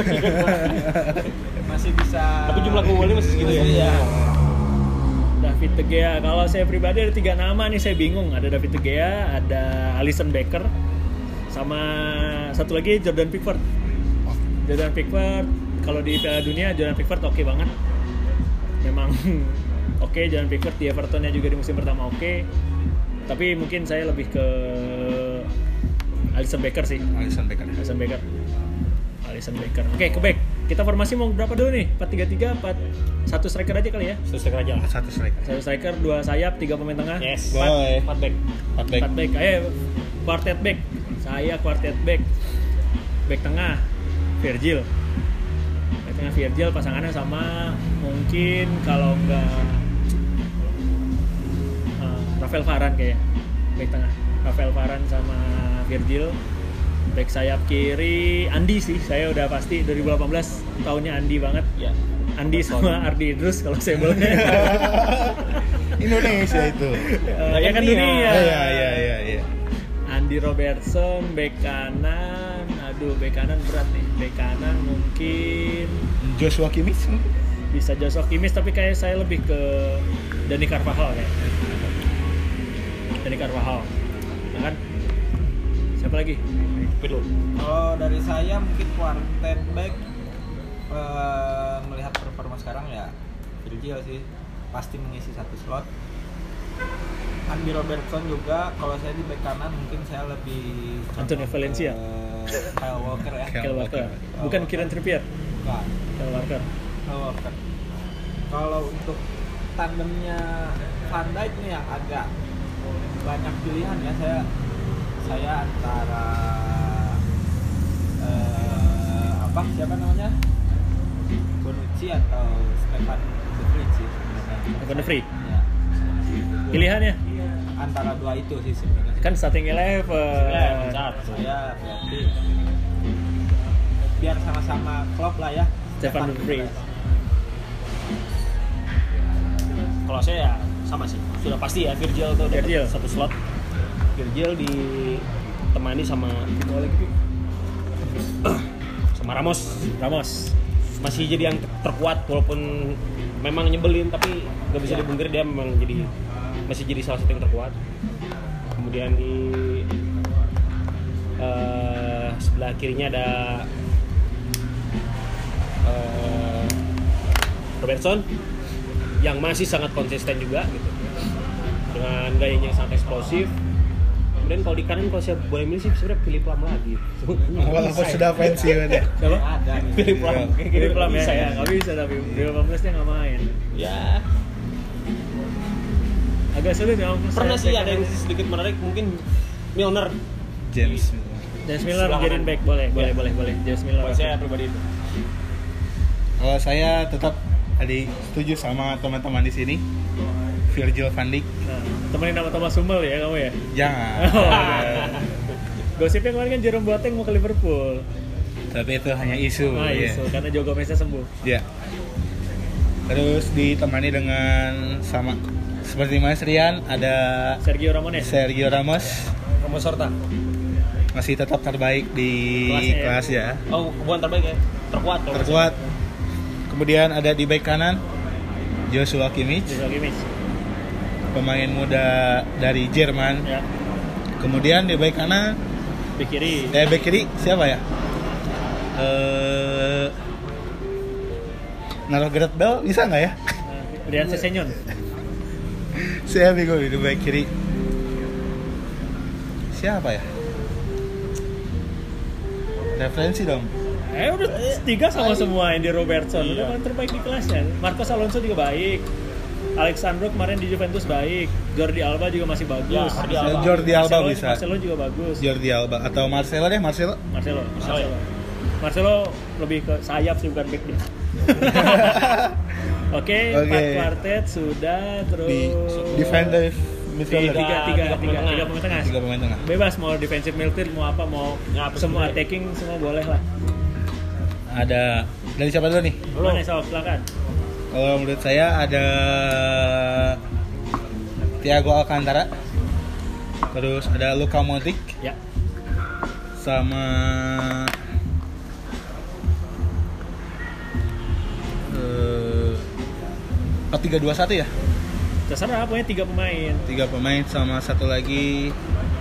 Masih bisa. Tapi jumlah golnya masih segitu ya. Iya. David De Gea. Kalau saya pribadi ada 3 nama nih, saya bingung. Ada David De Gea, ada Alisson Becker, sama satu lagi Jordan Pickford. Jordan Pickford, kalau di Piala Dunia Jordan Pickford oke banget. Memang oke, Jordan Pickford di Evertonnya juga di musim pertama oke. Tapi mungkin saya lebih ke Alisson Becker sih. Alisson Becker. Oke, ke back. Kita formasi mau berapa dulu nih? 4-3-3, 1 striker aja kali ya? 1 striker aja. 1 striker, 2 sayap, 3 pemain tengah. Yes. 4 back. 4 back. Ayo, quartet back. Saya quartet back. Back tengah Virgil. Back tengah Virgil, pasangannya sama mungkin kalau enggak Rafael Varane kayak. Back tengah Rafael Varane sama Virgil. Back sayap kiri Andi sih, saya udah pasti 2018 tahunnya Andi banget ya. Andi sama Ardi Idrus kalau saya boleh. Indonesia itu. Ya kan dunia. Iya. Andi Robertson, back kanan. Aduh, back kanan berat nih. Back kanan mungkin Joshua Kimmich. Bisa Joshua Kimmich, tapi kayak saya lebih ke Dani Carvajal kayak. Dani Carvajal. Nah kan? Siapa lagi? Perlu. Kalau dari saya mungkin quartet back, melihat performa sekarang ya Virgil sih pasti mengisi 1 slot. Andy Robertson juga. Kalau saya di back kanan mungkin saya lebih Antonio Valencia, Kyle Walker ya. Kyle Walker. Bukan Kieran Trippier. Bukan. Kyle Walker. Kalau untuk tandemnya Van Dijk nih yang agak banyak pilihan ya, saya antara siapa namanya, Bonucci atau Stefan De Vrij sih sebenarnya. Stefan De Vrij. Ya. Pilihannya Antara 2 itu sih sebenarnya. kan starting 11. Saya berarti biar sama-sama klop lah ya. Stefan De Vrij. Kalau saya ya sama sih, sudah pasti ya Virgil tuh dapat 1 slot. Virgil ditemani sama Ramos masih jadi yang terkuat, walaupun memang nyebelin tapi nggak bisa dibungkiri dia memang masih jadi salah satu yang terkuat. Kemudian di sebelah kirinya ada Robertson yang masih sangat konsisten juga gitu, dengan gayanya yang sangat eksplosif. Kemudian kalau di kanan, kalau saya boleh milih sih sebenarnya Philip Lahm lagi. Walaupun sudah pensiun ya. Siapa? Ada. Philip Lahm. Philip Lahm ya, saya nggak bisa tapi 2018 dia nggak main. Ya. Agak sulit ya. Pernah sih ada yang sedikit menarik, mungkin Milner. James Miller menjadiin back, boleh. James Miller. Kalau saya pribadi itu. Kalau saya tetap setuju sama teman-teman di sini. Virgil van Dijk. Nah, temenin sama Thomas Tuchel ya kamu ya? Jangan. Gosipnya kemarin kan Jerome Boateng mau ke Liverpool. Tapi itu hanya isu. Nah, ya. isu karena Joe Gomez sembuh. Ya. Terus ditemani dengan sama seperti Mas Rian ada Sergio Ramos. Ramos Horta. Masih tetap terbaik di kelas ya. Oh, bukan terbaik ya. Terkuat. Kemudian ada di bek kanan Joshua Kimmich. Pemain muda dari Jerman. Ya. Kemudian di bek kanan Bek kiri siapa ya? Naruh Gareth Bale bisa nggak ya? Rian Sessegnon. Saya bingung di bek kiri. Siapa ya? Referensi dong. Udah 3 sama semua. Andy Robertson Iya. udah paling terbaik di kelasnya. Marcos Alonso juga baik. Alexandro kemarin di Juventus baik. Jordi Alba juga masih bagus. Ya, Jordi Alba bisa. Marcelo juga bagus. Jordi Alba atau Marcelo deh, Marcelo. Marcelo lebih ke sayap sih bukan back dia. Oke, 4 quartet sudah terus Di defensive midfielder. tiga pemain tengah. 3 pemain tengah. Bebas mau defensive midfield mau apa mau semua attacking semua boleh lah. Ada dari siapa dulu nih? Mana Sob, silakan. Kalau menurut saya ada Thiago Alcantara. Terus ada Luka Modric Ya. sama 4-3-2-1 ya? Terserah pokoknya 3 pemain. 3 pemain sama satu lagi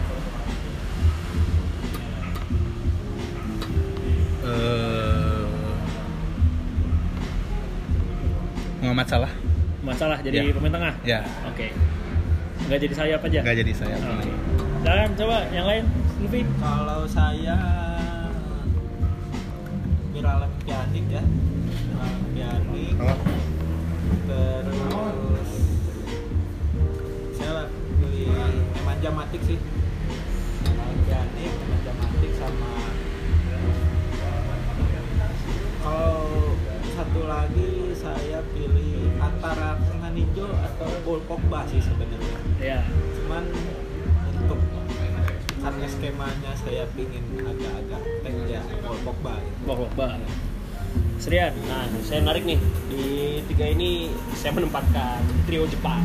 Muhammad Salah. Masalah jadi Ya. pemain tengah. Ya, Oke. Nggak jadi sayap aja. nggak jadi saya. Oke. Silakan coba yang lain, Luffy. Kalau saya Miralem Pjanic ya. Miralem Pjanic. Kalau Terus saya pilih Nemanja Matic sih. Miralem Pjanic, Nemanja Matic sama kalau satu lagi saya pilih antara Fernandinho atau Paul Pogba sih sebenarnya. Ya. Cuman untuk karena skemanya saya pingin agak-agak tank ya Paul Pogba gitu. Pogba. Serian. Nah, saya menarik nih di 3 ini saya menempatkan trio Jepang.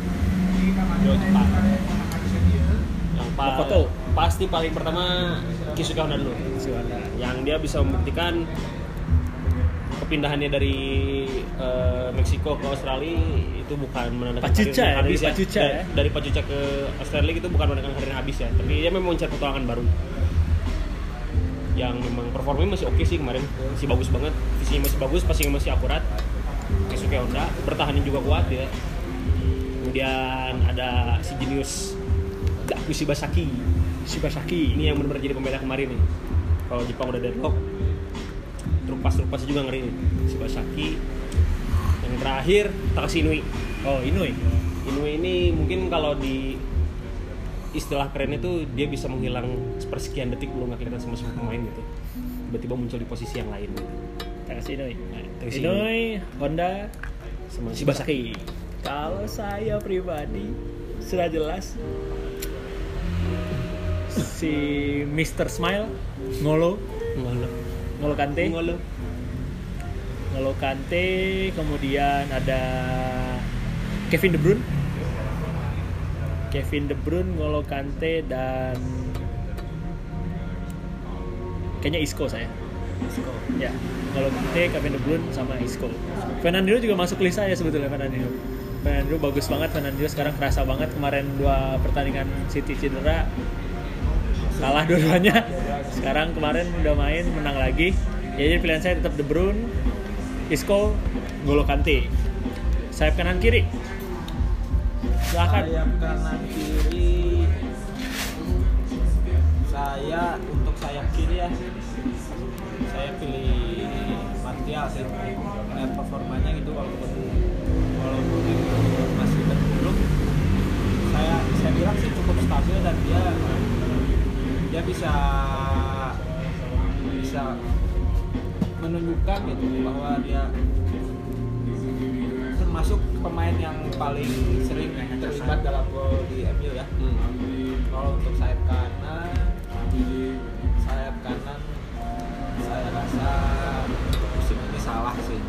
Yang Makoto. pasti paling pertama Keisuke Honda dulu. Yang dia bisa membuktikan kepindahannya dari Meksiko ke Australia itu bukan menandakan Pacuca karirnya ya, habis dari Pacuca ya. Dari Pacuca ke Australia itu bukan menandakan karirnya habis ya, tapi dia memang mencari petualangan baru yang memang performanya masih oke sih kemarin, masih bagus banget, visinya masih bagus, passingnya masih akurat. Keisuke Honda bertahannya juga kuat ya. Kemudian ada si jenius Daku Shibasaki ini yang benar-benar jadi pembeda kemarin nih. Kalau Jepang udah deadlock, trupas juga ngeri nih. Shibasaki. Yang terakhir Takashi Inui. Oh, Inui ini mungkin kalau di istilah kerennya tuh dia bisa menghilang sepersekian detik belum kelihatan sama semua pemain gitu. Tiba-tiba muncul di posisi yang lain gitu. Takashi Inui. Takashi Inui, Honda, Sama Shibasaki. Kalau saya pribadi sudah jelas si Mr. Smile Ngolo Kante, kemudian ada Kevin De Bruyne, Ngolo Kante, dan kayaknya Isco saya. Ya, Ngolo Kante, Kevin De Bruyne sama Isco. Fernandinho juga masuk list saya sebetulnya. Fernandinho bagus banget. Fernandinho sekarang kerasa banget. Kemarin 2 pertandingan City cedera, kalah dua-duanya. Sekarang kemarin udah main, menang lagi. Jadi pilihan saya tetap De Bruyne, Isco, N'Golo Kante. Sayap kanan kiri. Silakan. Sayap kanan kiri saya untuk sayap kiri ya. Saya pilih Martial sih. Lihat performanya gitu walaupun masih berburuk. Saya bilang sih cukup stabil dan dia bisa menunjukkan gitu bahwa dia termasuk pemain yang paling sering terlibat dalam gol di MU ya. Kalau untuk sayap kanan saya rasa musim ini salah sih.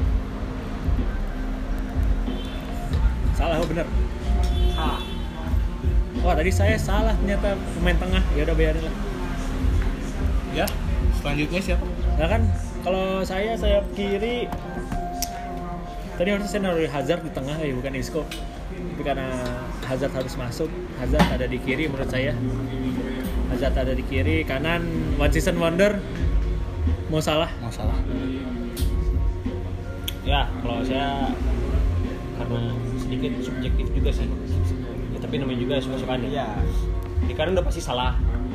Salah, bener. Salah. Wah, tadi saya salah ternyata pemain tengah. Ya udah biarin lah. Ya, selanjutnya siapa? Nah kan kalau saya sayap kiri tadi harusnya saya naruh Hazard di tengah bukan Isco. Tapi karena Hazard harus masuk, Hazard ada di kiri menurut saya. Hazard ada di kiri, kanan one season wonder Mo Salah. Ya, kalau saya karena sedikit subjektif juga sih. Ya, tapi namanya juga suka-sukaan ya. Iya. Di kanan udah pasti Salah.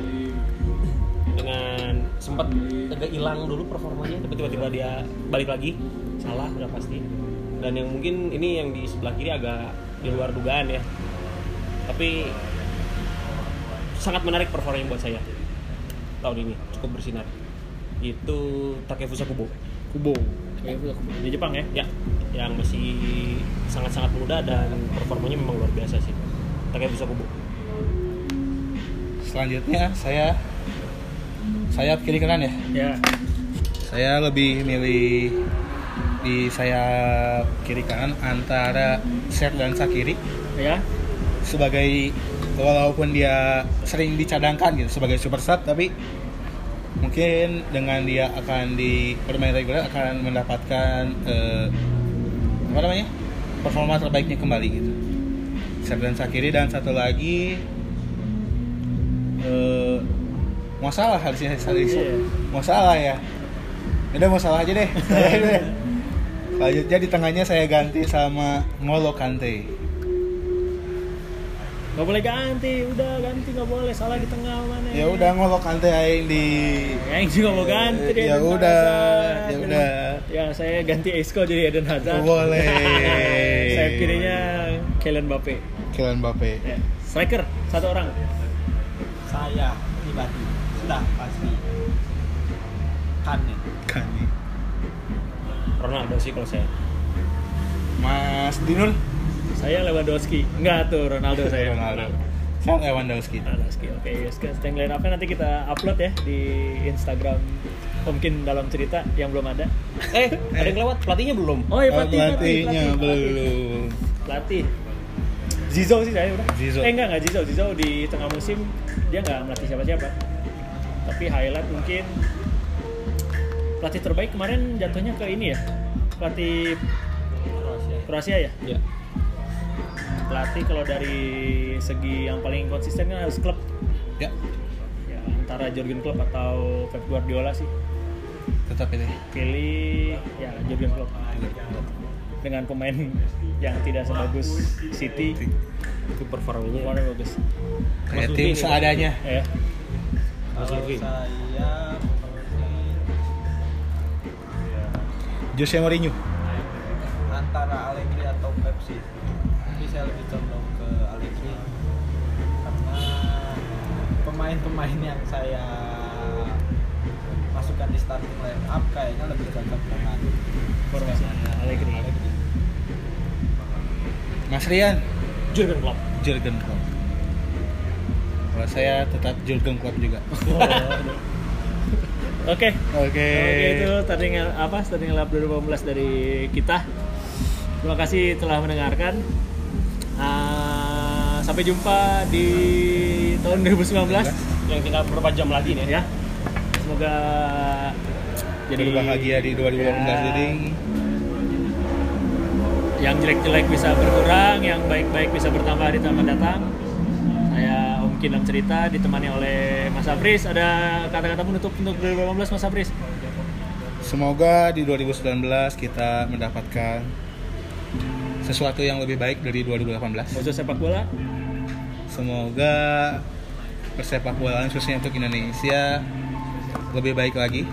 Dengan sempat agak hilang dulu performanya, tapi tiba-tiba dia balik lagi. Salah udah pasti. Dan yang mungkin ini yang di sebelah kiri agak di luar dugaan ya. Tapi sangat menarik performanya buat saya tahun ini, cukup bersinar. Itu Takefusa Kubo Di Jepang ya? Ya, yang masih sangat-sangat muda dan performanya memang luar biasa sih. Takefusa Kubo. Selanjutnya saya sayap kiri kanan ya. Ya. Saya lebih milih di sayap kiri kanan antara Serdar Shaqiri Ya. sebagai, walaupun dia sering dicadangkan gitu sebagai super sub, tapi mungkin dengan dia akan di bermain reguler akan mendapatkan performa terbaiknya kembali gitu. Serdar Shaqiri dan satu lagi masalah harusnya masalah ya. Udah masalah aja deh. Selanjutnya di tengahnya saya ganti sama N'Golo Kante. Gak boleh ganti, udah ganti nggak boleh, salah di tengah mana? Ya udah N'Golo Kante aing di. Yang juga mau ganti dia. Ya udah. Ya saya ganti Isco jadi Eden Hazard. Boleh. Saya kirinya Kylian Mbappe. Ya. Striker satu orang. Saya pribadi sudah pasti Kane. Ronaldo sih kalau saya. Mas Dinul. Saya Lewandowski. Enggak tuh Ronaldo saya. Saya Lewandowski. Oke, starting line up-nya nanti kita upload ya di Instagram. Mungkin dalam cerita yang belum ada. Ada yang lewat, pelatihnya belum? Oh iya, Pelatihnya belum. Pelatih. Zizou sih saya udah. Zizou. Enggak Zizou. Zizou di tengah musim dia enggak melatih siapa-siapa. Tapi highlight mungkin pelatih terbaik kemarin jatuhnya ke ini ya. Pelatih Kroasia ya? Iya. Pelatih kalau dari segi yang paling konsisten kan harus klub. Ya, Antara Jurgen Klopp atau Pep Guardiola sih. tetap Pilih ya Jurgen Klopp. Dengan pemain yang tidak sebagus City, Itu performanya warna bagus. kayak Mas tim Lutfi seadanya. Ya. Kalau Lutfi. saya Jose Mourinho. antara Allegri atau Pepsi, tapi saya lebih condong ke Allegri karena pemain-pemain yang saya masukkan di starting line up kayaknya lebih cocok dengan Formasi Allegri. Mas Rian. Jurgen Klopp. Jurgen Klopp. Kalau saya tetap Jurgen Klopp juga. Oke. Oke. Itu starting lap 2018 dari kita. Terima kasih telah mendengarkan. Sampai jumpa di tahun 2019 Yang tinggal beberapa jam lagi nih ya. Semoga jadi Berbahagia di 2018 ini. yang jelek-jelek bisa berkurang, yang baik-baik bisa bertambah di tahun mendatang. Saya Om Kinam cerita ditemani oleh Mas Afris. Ada kata-kata penutup untuk 2018 Mas Afris? Semoga di 2019 kita mendapatkan sesuatu yang lebih baik dari 2018. Khusus sepak bola. Semoga persepak bolaan khususnya untuk Indonesia lebih baik lagi.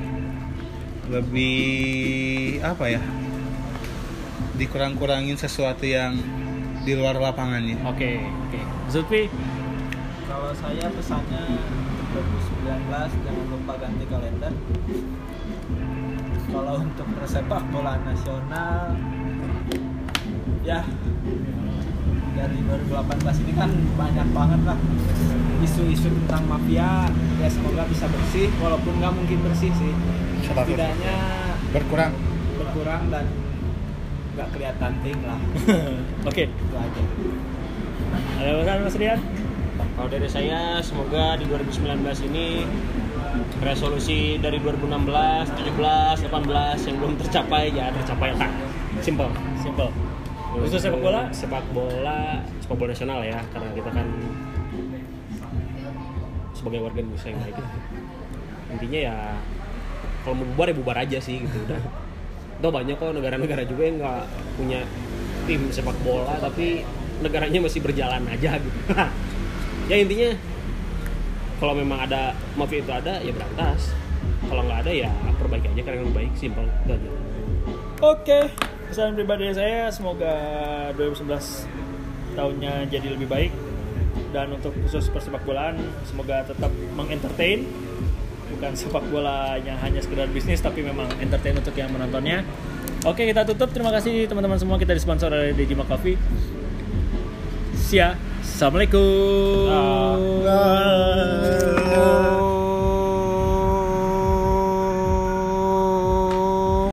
Lebih dikurang-kurangin sesuatu yang di luar lapangannya. Oke. Zulfi, Kalau saya pesannya 2019 jangan lupa ganti kalender. Kalau untuk persepak bola nasional ya dari 2018 ini kan banyak banget lah isu-isu tentang mafia. Ya semoga bisa bersih, walaupun nggak mungkin bersih sih, setidaknya berkurang dan nggak kelihatan ting lah. Oke. Itu aja. Ada pesan Mas Rian? Kalau dari saya, semoga di 2019 ini resolusi dari 2016, 17, 18 yang belum tercapai ya tercapai lah. Simple. Khusus sepak bola? Sepak bola nasional ya, karena kita kan sebagai warga Indonesia yang baik. Intinya ya kalau mau bubar ya bubar aja sih gitu udah. Toh banyak kok negara-negara juga yang nggak punya tim sepak bola tapi negaranya masih berjalan aja gitu. Ya intinya kalau memang ada mafia itu ada ya berantas. Kalau nggak ada ya perbaiki aja karena yang baik, simpel itu aja. Oke, pesan pribadi saya semoga 2019 tahunnya jadi lebih baik, dan untuk khusus persepak bolaan semoga tetap mengentertain, bukan sepak bola yang hanya sekedar bisnis tapi memang entertain untuk yang menontonnya. Oke, kita tutup. Terima kasih teman-teman semua, kita disponsor oleh Dejima Coffee. Assalamualaikum.